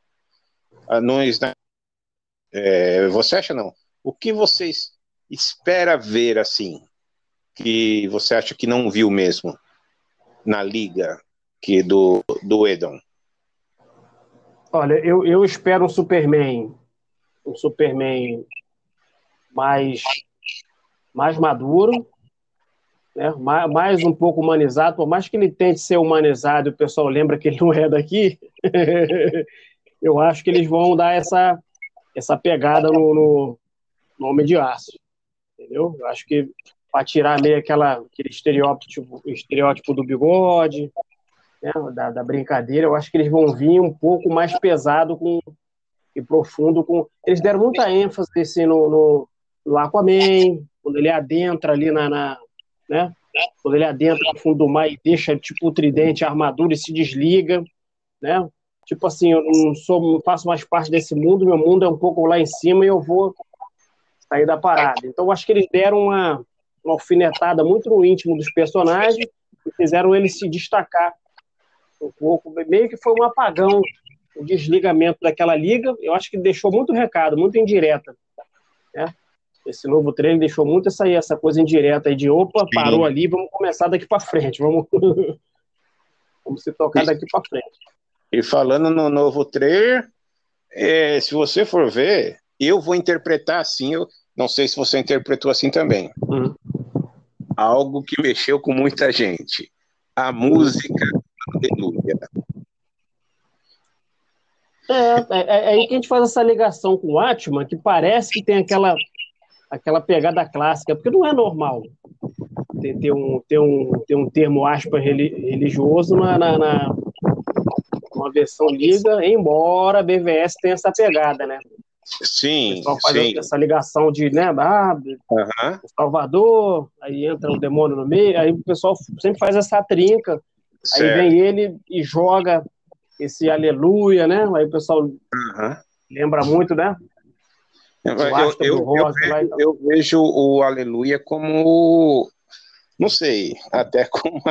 você acha não? O que vocês espera ver assim que você acha que não viu mesmo na liga que do Edon? Olha, eu espero um Superman mais maduro, né? Mais um pouco humanizado, por mais que ele tente ser humanizado, o pessoal lembra que ele não é daqui, eu acho que eles vão dar essa pegada no Homem de Aço, entendeu? Eu acho que para tirar meio aquele estereótipo do bigode, né, da brincadeira, eu acho que eles vão vir um pouco mais pesado e profundo. Eles deram muita ênfase assim, no Aquaman, quando ele adentra ali né, quando ele adentra no fundo do mar e deixa tipo o tridente, a armadura e se desliga, né? Tipo assim, eu não faço mais parte desse mundo, meu mundo é um pouco lá em cima e eu vou sair da parada. Então, eu acho que eles deram uma alfinetada muito no íntimo dos personagens e fizeram eles se destacar um pouco. Meio que foi um apagão, o desligamento daquela liga. Eu acho que deixou muito recado, muito indireta, né? Esse novo trailer deixou muito essa coisa indireta aí de opa, parou ali, vamos começar daqui para frente, vamos se tocar daqui para frente. E falando no novo trailer, se você for ver, eu vou interpretar assim, eu não sei se você interpretou assim também. Algo que mexeu com muita gente. A música Aleluia. É aí que a gente faz essa ligação com o Atman, que parece que tem aquela pegada clássica, porque não é normal ter um termo aspas religioso numa versão liga, embora a BVS tenha essa pegada, né? Sim, o pessoal faz essa ligação de, né, o Salvador, aí entra o demônio no meio, aí o pessoal sempre faz essa trinca, aí vem ele e joga esse aleluia, né? Aí o pessoal lembra muito, né? Eu vejo o aleluia como, não sei, até como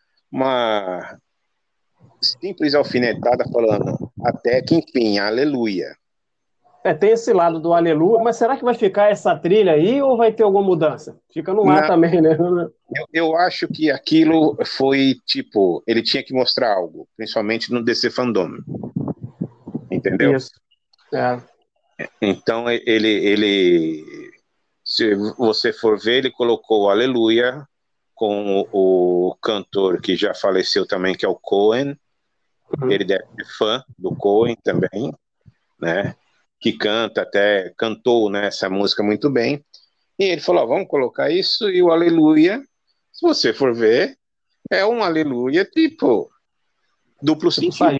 uma simples alfinetada falando, até que enfim, aleluia. Tem esse lado do aleluia, mas será que vai ficar essa trilha aí ou vai ter alguma mudança? Fica no ar também, né? Eu acho que aquilo foi tipo, ele tinha que mostrar algo, principalmente no DC Fandom. Entendeu? Isso. Então ele, se você for ver, ele colocou o Aleluia com o cantor que já faleceu também, que é o Cohen. Ele deve ser fã do Cohen também, né? Que cantou, né, essa música muito bem. E ele falou, vamos colocar isso, e o Aleluia, se você for ver, é um Aleluia tipo duplo sentido. Saiu.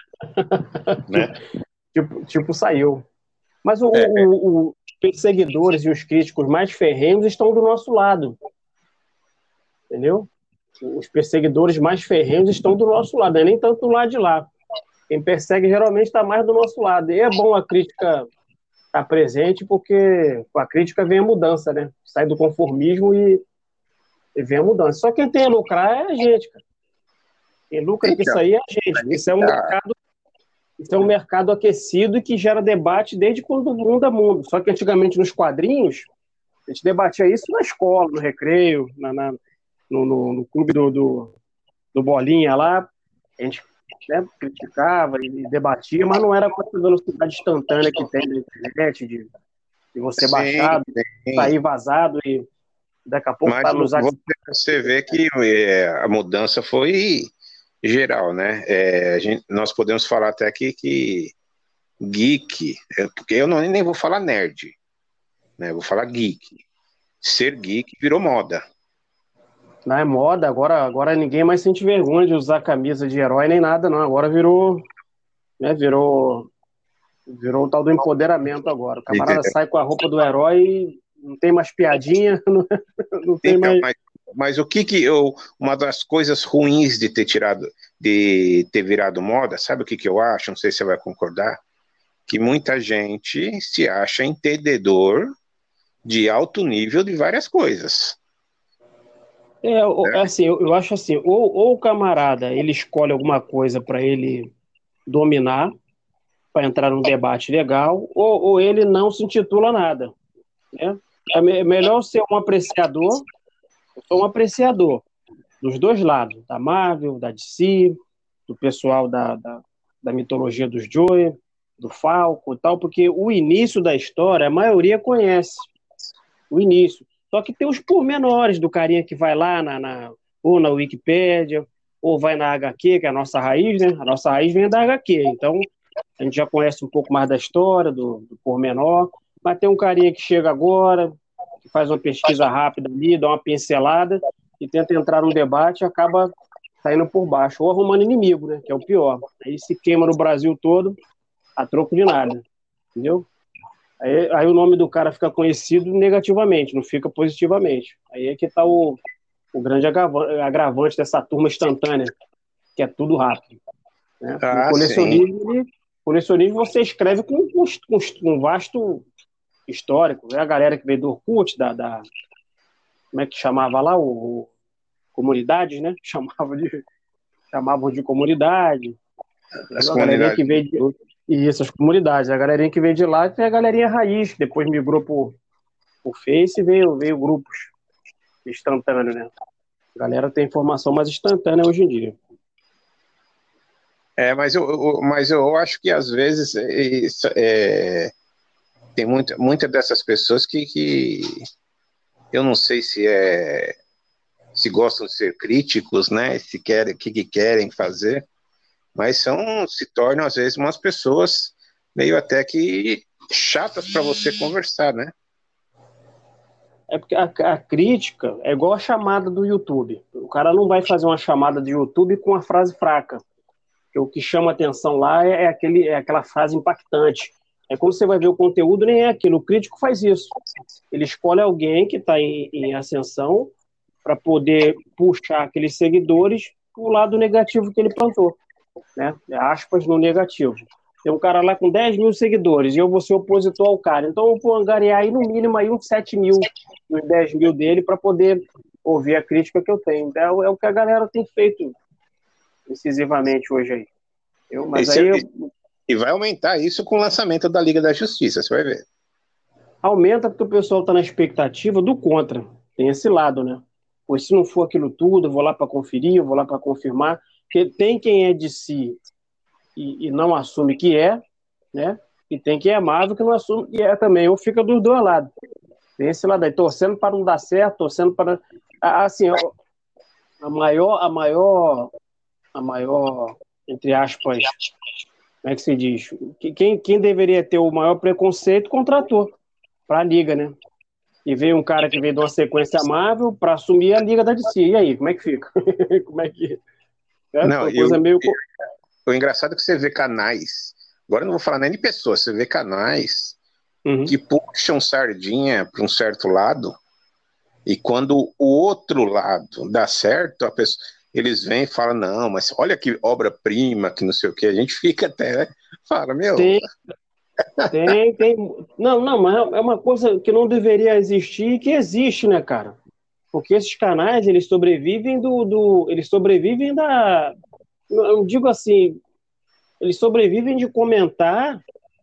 Né? Tipo saiu. Mas os perseguidores e os críticos mais ferrenhos estão do nosso lado. Entendeu? Os perseguidores mais ferrenhos estão do nosso lado, não é nem tanto do lado de lá. Quem persegue geralmente está mais do nosso lado. E é bom a crítica estar presente, porque com a crítica vem a mudança, né? Sai do conformismo e vem a mudança. Só quem tem a lucrar é a gente, cara. Quem lucra com isso aí é a gente. Isso é um mercado aquecido e que gera debate desde quando o mundo é mundo. Só que antigamente nos quadrinhos, a gente debatia isso na escola, no recreio, no clube do Bolinha lá. A gente, né, criticava e debatia, mas não era com essa velocidade instantânea que tem na internet, de você baixar, sair vazado e daqui a pouco tá nos você vê que a mudança foi geral, né? Nós podemos falar até aqui que geek, porque eu nem vou falar nerd, né? Vou falar geek. Ser geek virou moda. Não é moda, agora ninguém mais sente vergonha de usar camisa de herói nem nada, não. Agora virou o tal do empoderamento agora. O camarada sai com a roupa do herói, não tem mais piadinha, não tem mais... Mas uma das coisas ruins de ter virado moda, sabe o que eu acho? Não sei se você vai concordar, que muita gente se acha entendedor de alto nível de várias coisas. Assim, eu acho assim, ou o camarada, ele escolhe alguma coisa para ele dominar, para entrar num debate legal, ou ele não se intitula nada, né? É melhor ser um apreciador. Eu sou um apreciador dos dois lados, da Marvel, da DC, do pessoal da mitologia dos Joy, do Falco e tal, porque o início da história, a maioria conhece. O início. Só que tem os pormenores do carinha que vai lá ou na Wikipédia, ou vai na HQ, que é a nossa raiz, né? A nossa raiz vem da HQ. Então, a gente já conhece um pouco mais da história, do pormenor. Mas tem um carinha que chega agora, que faz uma pesquisa rápida ali, dá uma pincelada e tenta entrar num debate e acaba saindo por baixo. Ou arrumando inimigo, né? Que é o pior. Aí se queima no Brasil todo a troco de nada. Entendeu? Aí o nome do cara fica conhecido negativamente, não fica positivamente. Aí é que está o grande agravante dessa turma instantânea, que é tudo rápido. Né? No colecionismo você escreve com um vasto histórico. É a galera que veio do Orkut, como é que chamava lá? Comunidades, né? Chamavam de comunidade. As A galerinha comunidades. que veio essas comunidades. A galerinha que veio de lá tem a galerinha raiz, que depois migrou por Face e veio grupos instantâneos, né? A galera tem informação mais instantânea hoje em dia. Mas eu acho que às vezes tem muita dessas pessoas que eu não sei se gostam de ser críticos, né? Se querem, que querem fazer, mas se tornam às vezes umas pessoas meio até que chatas para você conversar, né? É porque a crítica é igual a chamada do YouTube. O cara não vai fazer uma chamada de YouTube com uma frase fraca. Porque o que chama atenção lá é aquela frase impactante. É quando você vai ver o conteúdo, nem é aquilo. O crítico faz isso. Ele escolhe alguém que está em ascensão para poder puxar aqueles seguidores para o lado negativo que ele plantou. Né? Aspas no negativo. Tem um cara lá com 10 mil seguidores e eu vou ser opositor ao cara. Então eu vou angariar aí no mínimo aí uns 7 mil, uns 10 mil dele para poder ouvir a crítica que eu tenho. É o que a galera tem feito incisivamente hoje aí. E vai aumentar isso com o lançamento da Liga da Justiça, você vai ver. Aumenta porque o pessoal está na expectativa do contra. Tem esse lado, né? Pois se não for aquilo tudo, eu vou lá para conferir, eu vou lá para confirmar. Porque tem quem é de si e não assume que é, né? E tem quem é amável que não assume que é também. Ou fica dos dois lados. Tem esse lado aí, torcendo para não dar certo, torcendo para... Assim, a maior, entre aspas, como é que se diz? Quem deveria ter o maior preconceito contratou para a Liga, né? E veio um cara que veio de uma sequência amável para assumir a Liga da DC. E aí, como é que fica? Como é que... Não, coisa meio... O engraçado é que você vê canais, agora eu não vou falar nem de pessoas, você vê canais que puxam sardinha para um certo lado, e quando o outro lado dá certo, eles vêm e falam, não, mas olha que obra-prima, que não sei o que, a gente fica até, fala, meu... Tem. Não, mas é uma coisa que não deveria existir e que existe, né, cara? Porque esses canais, eles sobrevivem eles sobrevivem da... Eu digo assim, eles sobrevivem de comentar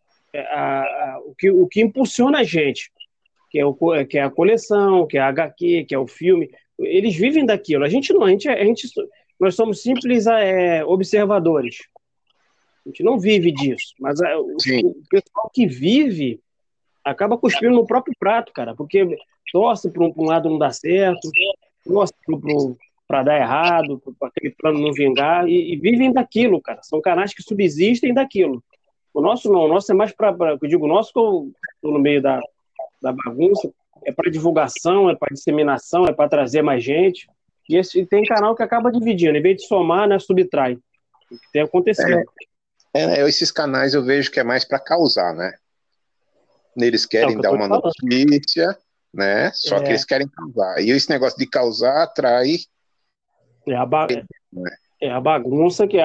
o que impulsiona a gente, que é a coleção, que é a HQ, que é o filme. Eles vivem daquilo. A gente não, nós somos simples observadores. A gente não vive disso. Mas o pessoal que vive acaba cuspindo no próprio prato, cara, porque torce para um lado não dar certo, torce para dar errado, para aquele plano não vingar, e vivem daquilo, cara. São canais que subsistem daquilo. O nosso não, o nosso é mais eu digo, o nosso que eu estou no meio da bagunça, é para divulgação, é para disseminação, é para trazer mais gente. E tem canal que acaba dividindo, em vez de somar, né, subtrai. O que tem acontecido. Esses canais eu vejo que é mais para causar, né? Eles querem dar uma notícia, né? Só que eles querem causar. E esse negócio de causar atrai. É a bagunça que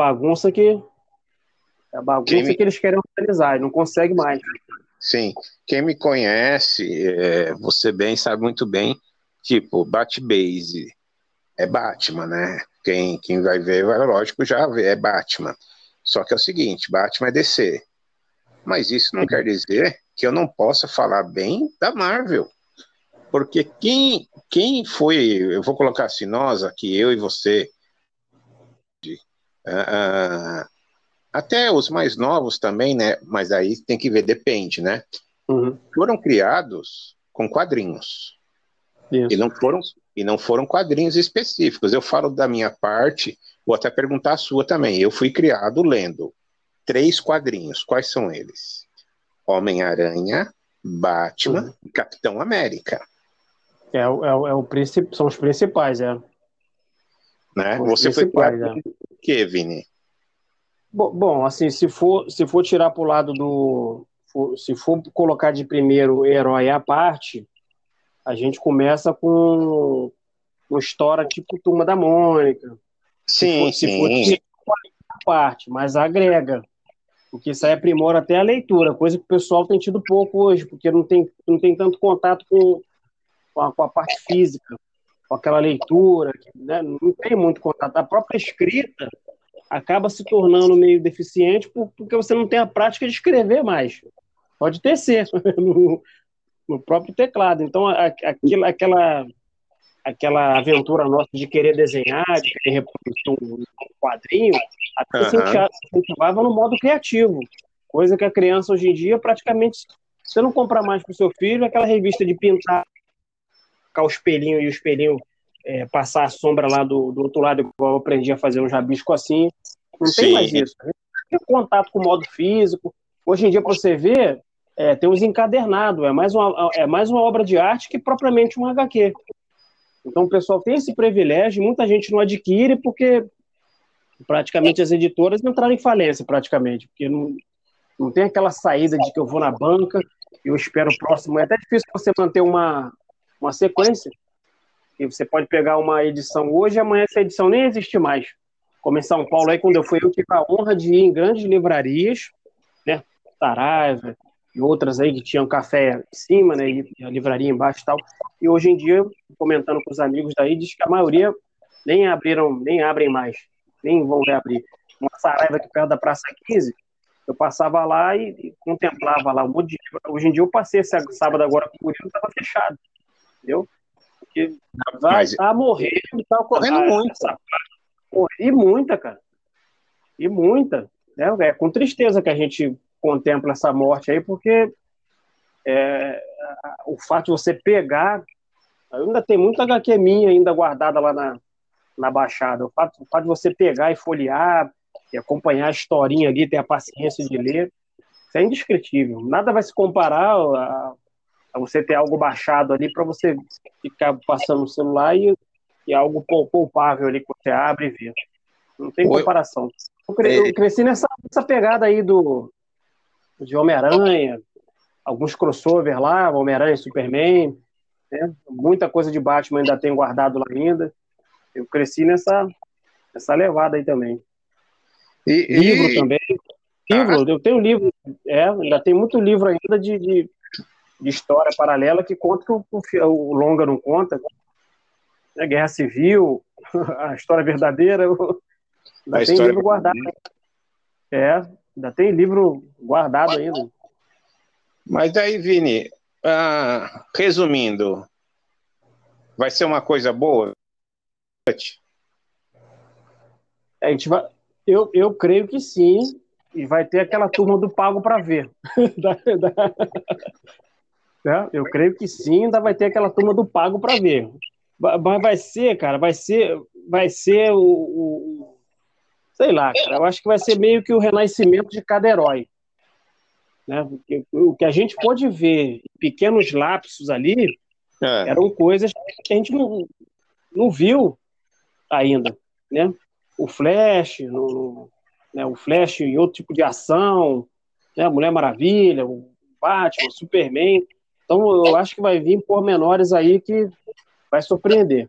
eles querem organizar e não conseguem mais. Sim, quem me conhece, você bem sabe muito bem, tipo, Bat-Base é Batman, né? Quem vai ver, lógico, já vê, é Batman. Só que é o seguinte, Batman é DC. Mas isso não quer dizer que eu não possa falar bem da Marvel. Porque quem foi, eu vou colocar assim, nós aqui, eu e você, até os mais novos também, né? Mas aí tem que ver, depende, né? Foram criados com quadrinhos. E Isso. não foram quadrinhos específicos. Eu falo da minha parte, vou até perguntar a sua também. Eu fui criado lendo 3 quadrinhos. Quais são eles? Homem-Aranha, Batman e Capitão América. São os principais, é. Né? São os Você foi criado principais, é. com o quê, Vini? Bom, assim, se for tirar para o lado se for colocar de primeiro herói à parte, a gente começa com uma história tipo Turma da Mônica. Sim, Se for sim. tirar à parte, mas agrega, porque isso aí aprimora até a leitura, coisa que o pessoal tem tido pouco hoje, porque não tem tanto contato com a parte física, com aquela leitura, né? Não tem muito contato. A própria escrita acaba se tornando meio deficiente porque você não tem a prática de escrever mais. Pode ter ser no próprio teclado. Então, aquela aventura nossa de querer desenhar, de querer reproduzir um quadrinho, até se Aham. incentivava no modo criativo. Coisa que a criança hoje em dia praticamente você não compra mais para o seu filho aquela revista de pintar, colocar o espelhinho e o espelhinho passar a sombra lá do outro lado, igual eu aprendi a fazer um rabisco assim. Não tem mais Sim, isso. A gente tem contato com o modo físico. Hoje em dia, para você ver, tem os encadernados. É mais uma obra de arte que propriamente um HQ. Então, o pessoal tem esse privilégio. Muita gente não adquire porque praticamente as editoras entraram em falência, praticamente. Porque não tem aquela saída de que eu vou na banca e eu espero o próximo. É até difícil você manter uma sequência. E você pode pegar uma edição hoje e amanhã essa edição nem existe mais. Como em São Paulo, aí quando eu fui, eu tive a honra de ir em grandes livrarias, né? Saraiva e outras aí que tinham café em cima, né? E a livraria embaixo e tal. E hoje em dia, comentando com os amigos daí, diz que a maioria nem abrem mais, nem vão reabrir. Uma Saraiva aqui perto da Praça 15, eu passava lá e contemplava lá um monte de livro. Hoje em dia eu passei esse sábado agora com o Murilo, estava fechado, entendeu? Porque mas tá morrendo, tá, correndo muito. e muita, cara. E muita. Né? É com tristeza que a gente contempla essa morte aí, porque o fato de você pegar. Ainda tem muita HQ minha ainda guardada lá na Baixada. O fato de você pegar e folhear, e acompanhar a historinha ali, ter a paciência de ler, isso é indescritível. Nada vai se comparar a você ter algo baixado ali para você ficar passando no celular e algo poupável ali que você abre e vê. Não tem Oi, comparação. Eu cresci nessa pegada aí de Homem-Aranha, alguns crossover lá, Homem-Aranha, Superman, né? Muita coisa de Batman ainda tem guardado lá ainda. Eu cresci nessa levada aí também. Livro e, também. ah, Eu tenho livro, ainda tem muito livro ainda de história paralela que conta que o longa não conta, né? Guerra Civil, a história verdadeira, a ainda tem história. livro guardado. Ainda tem livro guardado ainda. Mas daí, Vini, resumindo, vai ser uma coisa boa? A gente vai, eu creio que sim, e vai ter aquela turma do pago para ver. Né? Eu creio que sim, ainda vai ter aquela turma do pago para ver. Mas vai ser, cara, vai ser sei lá, cara, eu acho que vai ser meio que o renascimento de cada herói. Né? Porque o que a gente pôde ver, pequenos lapsos ali, É, eram coisas que a gente não viu ainda, né? O Flash, né, o Flash em outro tipo de ação, né? A Mulher Maravilha, o Batman, o Superman. Então eu acho que vai vir pormenores aí que vai surpreender.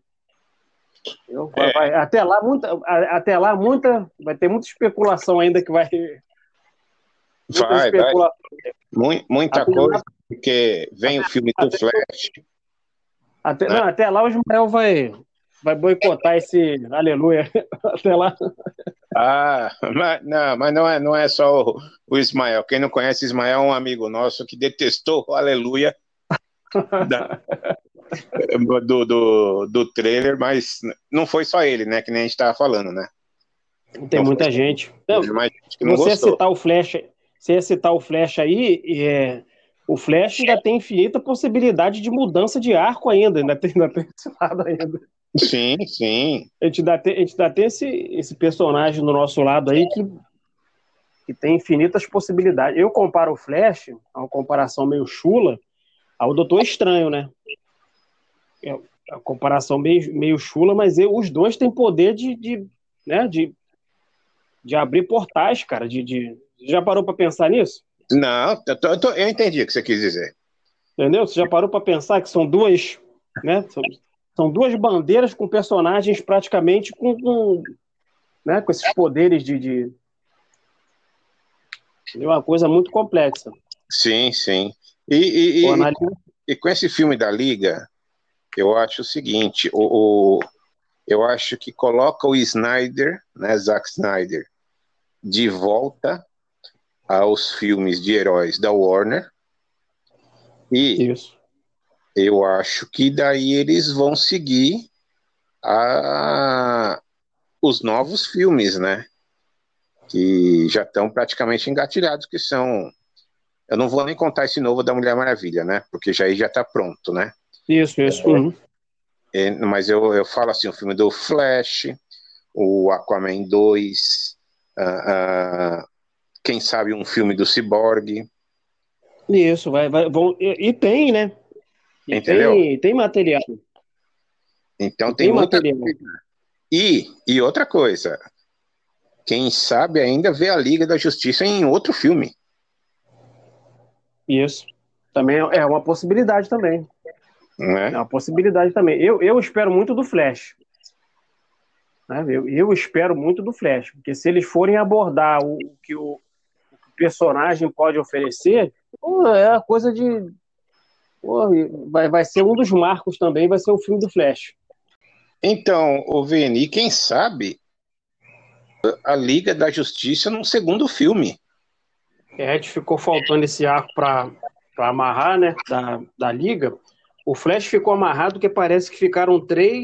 Até lá vai ter muita especulação ainda que muitas vai. especulações. Muita Até coisa, lá, porque vem o filme do até, Flash, né? não, até lá o Ismael vai boicotar esse aleluia. Até lá. Mas não é só o Ismael. Quem não conhece Ismael é um amigo nosso que detestou o Aleluia da- do trailer, mas não foi só ele, né? Que nem a gente estava falando, né? Tem Não foi muita só gente. ele, Não, teve mais gente que não você ia gostou. citar o Flash, você ia citar o Flash aí, O Flash ainda tem infinita possibilidade de mudança de arco ainda tem esse lado ainda. Sim, sim. A gente ainda tem esse personagem do nosso lado aí que tem infinitas possibilidades. Eu comparo o Flash, é uma comparação meio chula, ao Doutor Estranho, né? É uma comparação meio chula, mas os dois têm poder né, de abrir portais, cara. Já parou para pensar nisso? Não, eu entendi o que você quis dizer. Entendeu? Você já parou para pensar que são duas, né? São duas bandeiras com personagens praticamente né, com esses poderes é uma coisa muito complexa. Sim, sim. E com esse filme da Liga, eu acho o seguinte, eu acho que coloca o Snyder, né, Zack Snyder, de volta aos filmes de heróis da Warner, e Isso. eu acho que daí eles vão seguir os novos filmes, né, que já estão praticamente engatilhados, que são... Eu não vou nem contar esse novo da Mulher Maravilha, né, porque já está pronto, né. Isso. Uhum. Mas eu falo assim, o filme do Flash, o Aquaman 2, quem sabe um filme do Cyborg. Isso, e tem, né? Entendeu? Tem material. Então E tem tem muita material. coisa. E outra coisa, quem sabe ainda vê a Liga da Justiça em outro filme. Isso. Também é uma possibilidade também. Não É é? uma possibilidade também. Eu espero muito do Flash. Né? Eu espero muito do Flash, porque se eles forem abordar o que o personagem pode oferecer, pô, é a coisa de. Pô, vai ser um dos marcos também, vai ser o filme do Flash. Então, o Vini, quem sabe a Liga da Justiça num segundo filme. A gente ficou faltando esse arco para amarrar, né? Da Liga. O Flash ficou amarrado porque parece que ficaram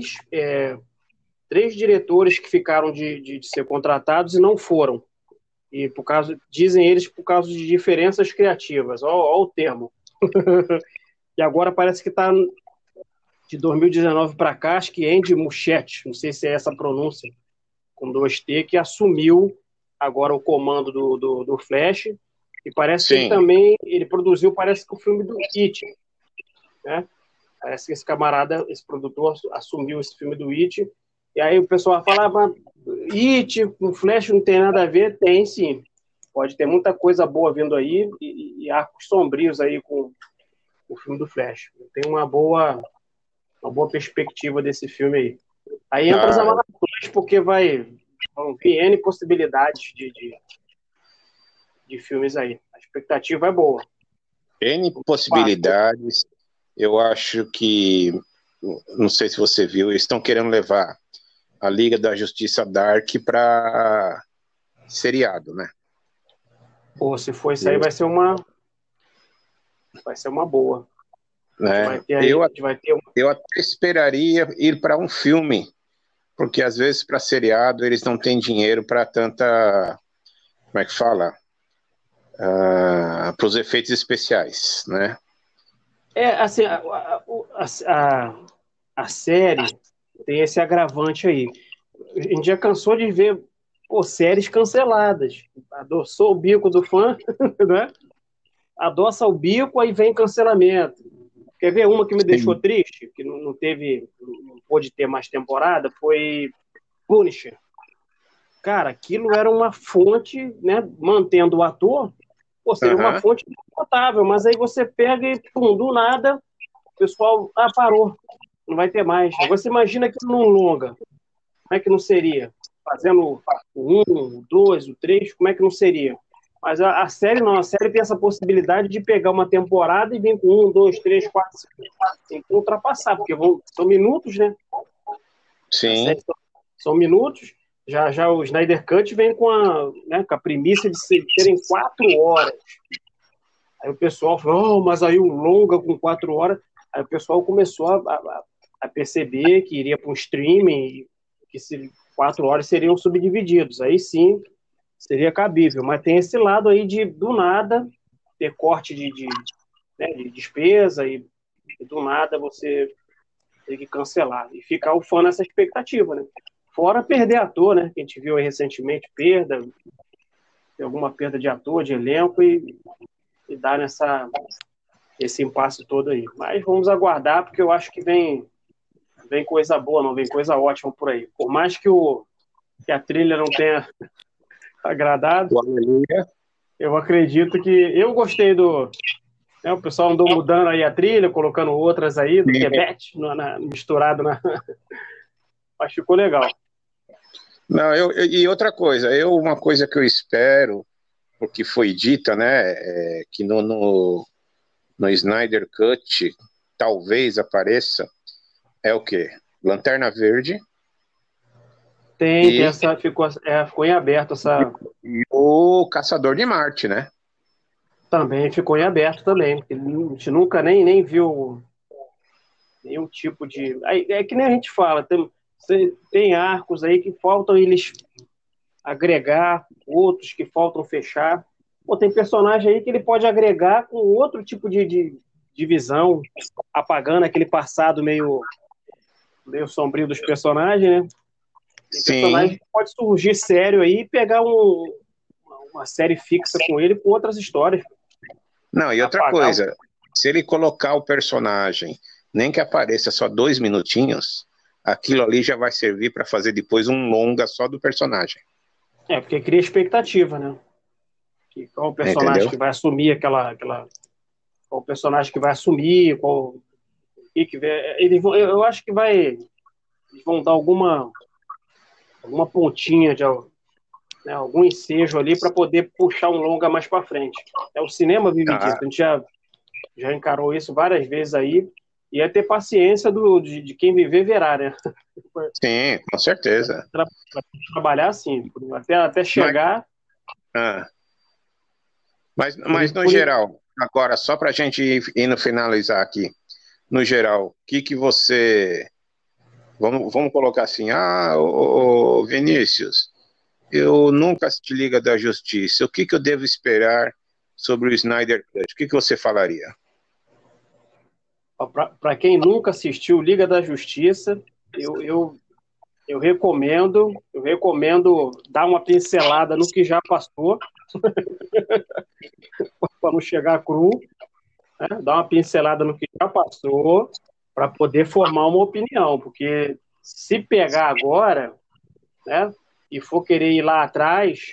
três diretores que ficaram de ser contratados e não foram. E dizem eles por causa de diferenças criativas. Ó o termo. E agora parece que está de 2019 para cá, acho que Andy Muschietti, não sei se é essa a pronúncia, com 2T, que assumiu agora o comando do Flash. E parece que ele Sim. também produziu, parece que o filme do It, né? Parece que esse camarada, esse produtor, assumiu esse filme do It. E aí o pessoal fala, mas It, o Flash não tem nada a ver? Tem sim. Pode ter muita coisa boa vindo aí e arcos sombrios aí com o filme do Flash. Tem uma boa perspectiva desse filme aí. Aí entra as amarrações, porque vão vir N possibilidades de filmes aí. A expectativa é boa. N possibilidades. Eu acho que, não sei se você viu, eles estão querendo levar a Liga da Justiça Dark para seriado, né? Pô, se for isso aí, vai ser uma boa. Né? Eu até esperaria ir para um filme, porque às vezes para seriado eles não têm dinheiro para tanta, como é que fala? Para os efeitos especiais, né? Assim, a série tem esse agravante aí. A gente já cansou de ver séries canceladas. Adoçou o bico do fã, né? Adoça o bico, aí vem cancelamento. Quer ver uma que me deixou triste, que não pôde ter mais temporada, foi Punisher. Cara, aquilo era uma fonte, né? Mantendo o ator, seria uma fonte notável, mas aí você pega e, do nada, o pessoal, parou, não vai ter mais. Você imagina que num longa, como é que não seria? Fazendo o 1, o 2, o 3, como é que não seria? Mas a série não, a série tem essa possibilidade de pegar uma temporada e vir com 1, 2, 3, 4, 5, tem que ultrapassar, porque são minutos, né? Sim. São minutos. Já o Snyder Cut vem com a premissa de serem 4 horas. Aí o pessoal falou, mas aí o longa com 4 horas. Aí o pessoal começou a perceber que iria para um streaming, que 4 horas seriam subdivididos. Aí sim, seria cabível. Mas tem esse lado aí de, do nada, ter corte né, de despesa e do nada você tem que cancelar. E ficar o fã nessa expectativa, né? Fora perder ator, né? Que a gente viu aí recentemente, alguma perda de ator, de elenco e dar esse impasse todo aí. Mas vamos aguardar, porque eu acho que vem coisa boa, não vem coisa ótima por aí. Por mais que a trilha não tenha agradado, eu acredito que eu gostei né, o pessoal andou mudando aí a trilha, colocando outras aí do Quebec misturado na. Acho que ficou legal. Não, e outra coisa, uma coisa que eu espero, porque foi dita, né, que no Snyder Cut talvez apareça, é o quê? Lanterna Verde. Tem essa, ficou em aberto essa. E o Caçador de Marte, né? Também ficou em aberto também, porque a gente nunca nem viu nenhum tipo de. É que nem a gente fala, tem arcos aí que faltam eles agregar, outros que faltam fechar. Pô, tem personagem aí que ele pode agregar com outro tipo de visão, apagando aquele passado meio sombrio dos personagens, né? Tem personagem que pode surgir sério aí e pegar uma série fixa com ele com outras histórias. Não, e outra coisa, se ele colocar o personagem, nem que apareça só 2 minutinhos, aquilo ali já vai servir para fazer depois um longa só do personagem. Porque cria expectativa, né? Qual o personagem Entendeu? que vai assumir aquela. Qual o personagem que vai assumir, eu acho que eles vão dar alguma pontinha de né, algum ensejo ali para poder puxar um longa mais para frente. O cinema vive disso, a gente já encarou isso várias vezes aí, e é ter paciência de quem viver verá, né? Sim, com certeza. Trabalhar assim, até chegar. Mas no geral, agora, só para a gente ir finalizar aqui, no geral, o que você. Vamos colocar assim, Vinícius, eu nunca assisti Liga da Justiça, o que eu devo esperar sobre o Snyder Cut? O que você falaria? Para quem nunca assistiu Liga da Justiça, eu recomendo dar uma pincelada no que já passou, para não chegar cru, né? Dar uma pincelada no que já passou, para poder formar uma opinião, porque se pegar agora, né, e for querer ir lá atrás,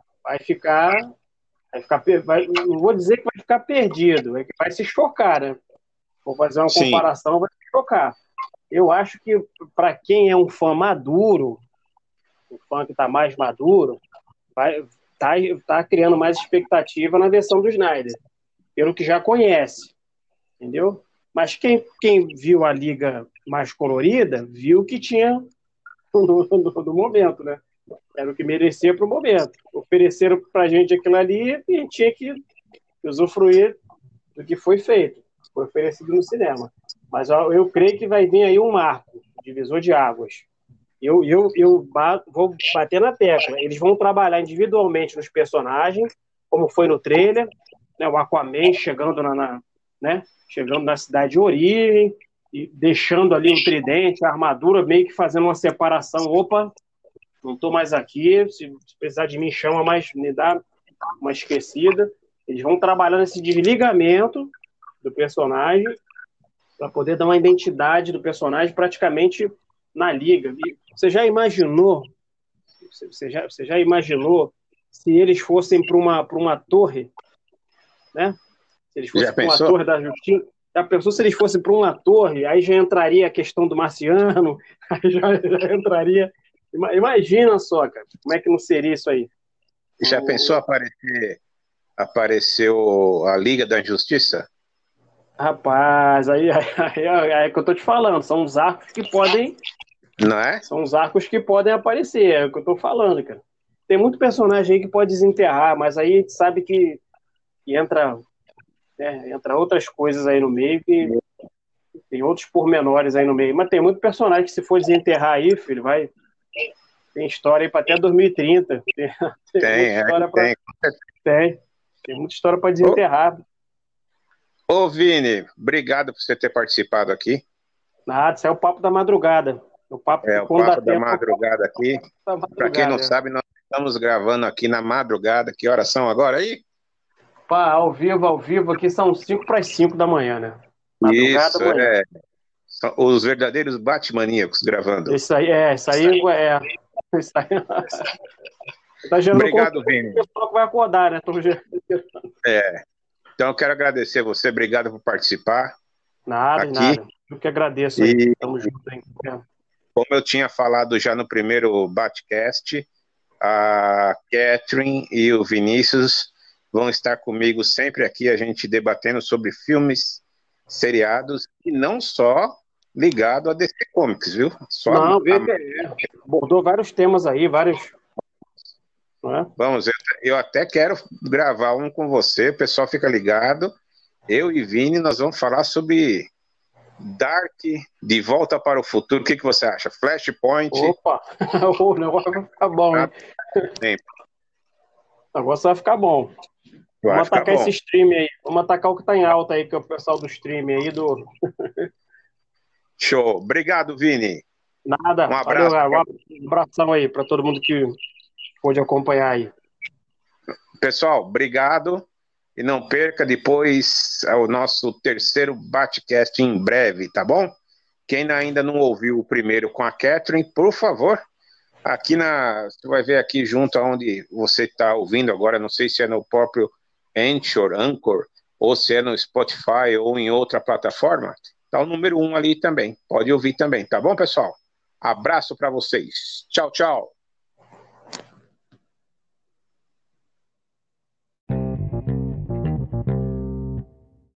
não vou dizer que vai ficar perdido, é que vai se chocar, né? Vou fazer uma comparação, vai se chocar. Eu acho que para quem é um fã maduro, o fã que está mais maduro, tá criando mais expectativa na versão do Snyder, pelo que já conhece, entendeu? Mas quem viu a liga mais colorida, viu que tinha no momento, né? Era o que merecia para o momento. Ofereceram para a gente aquilo ali e a gente tinha que usufruir do que foi feito, foi oferecido no cinema. Mas eu creio que vai vir aí um marco, divisor de águas. Eu vou bater na tecla. Eles vão trabalhar individualmente nos personagens, como foi no trailer, né, o Aquaman chegando chegando na cidade de origem e deixando ali um tridente, a armadura, meio que fazendo uma separação. Opa, não estou mais aqui, se precisar de mim, chama, mas me dá uma esquecida. Eles vão trabalhando esse desligamento do personagem para poder dar uma identidade do personagem praticamente na liga. E você já imaginou se eles fossem para uma torre, né? Se eles fossem para uma torre da justiça, já pensou se eles fossem para uma torre, aí já entraria a questão do marciano, aí já entraria. Imagina só, cara, como é que não seria isso aí? Já pensou apareceu a Liga da Injustiça? Rapaz, aí é que eu tô te falando, são os arcos que podem. Não é? São os arcos que podem aparecer, é o que eu tô falando, cara. Tem muito personagem aí que pode desenterrar, mas aí a gente sabe que entra outras coisas aí no meio, que tem outros pormenores aí no meio. Mas tem muito personagem que se for desenterrar aí, filho, tem história aí para até 2030. Tem muita história para desenterrar. Ô, Vini, obrigado por você ter participado aqui. Nada, isso é o papo da madrugada. O papo que O quando dá papo da tempo, é o papo madrugada aqui. da Para quem não madrugada. sabe, nós estamos gravando aqui na madrugada. Que horas são agora aí? Pá, ao vivo, aqui são 5 para as 5 da manhã, né? Madrugada, Isso, amanhã. é. São os verdadeiros Batmaníacos gravando. Isso aí é. Isso aí tá gerando Obrigado, conteúdo Vini. pro pessoal que vai acordar, né? É, então, eu quero agradecer você. Obrigado por participar Nada, aqui. nada. Eu que agradeço aí. E, Tamo junto aí. como eu tinha falado já no primeiro Batcast, a Catherine e o Vinícius vão estar comigo sempre aqui, a gente debatendo sobre filmes, seriados, e não só ligado a DC Comics, viu? Só Não, abordou vários temas aí, vários. Né? Vamos, eu até quero gravar um com você, o pessoal fica ligado. Eu e Vini, nós vamos falar sobre Dark, De Volta para o Futuro. O que você acha? Flashpoint? Opa, o negócio vai ficar bom, hein? O negócio vai ficar bom. Vamos atacar esse stream aí. Vamos atacar o que tá em alta aí, que é o pessoal do stream aí do. Show. Obrigado, Vini. Nada. Um abraço. Valeu, um abração aí para todo mundo que pôde acompanhar aí. Pessoal, obrigado. E não perca depois o nosso terceiro Batcast em breve, tá bom? Quem ainda não ouviu o primeiro com a Catherine, por favor, aqui você vai ver aqui junto aonde você está ouvindo agora, não sei se é no próprio Anchor, ou se é no Spotify ou em outra plataforma, tá o número 1 ali também, pode ouvir também, tá bom, pessoal? Abraço para vocês. Tchau, tchau.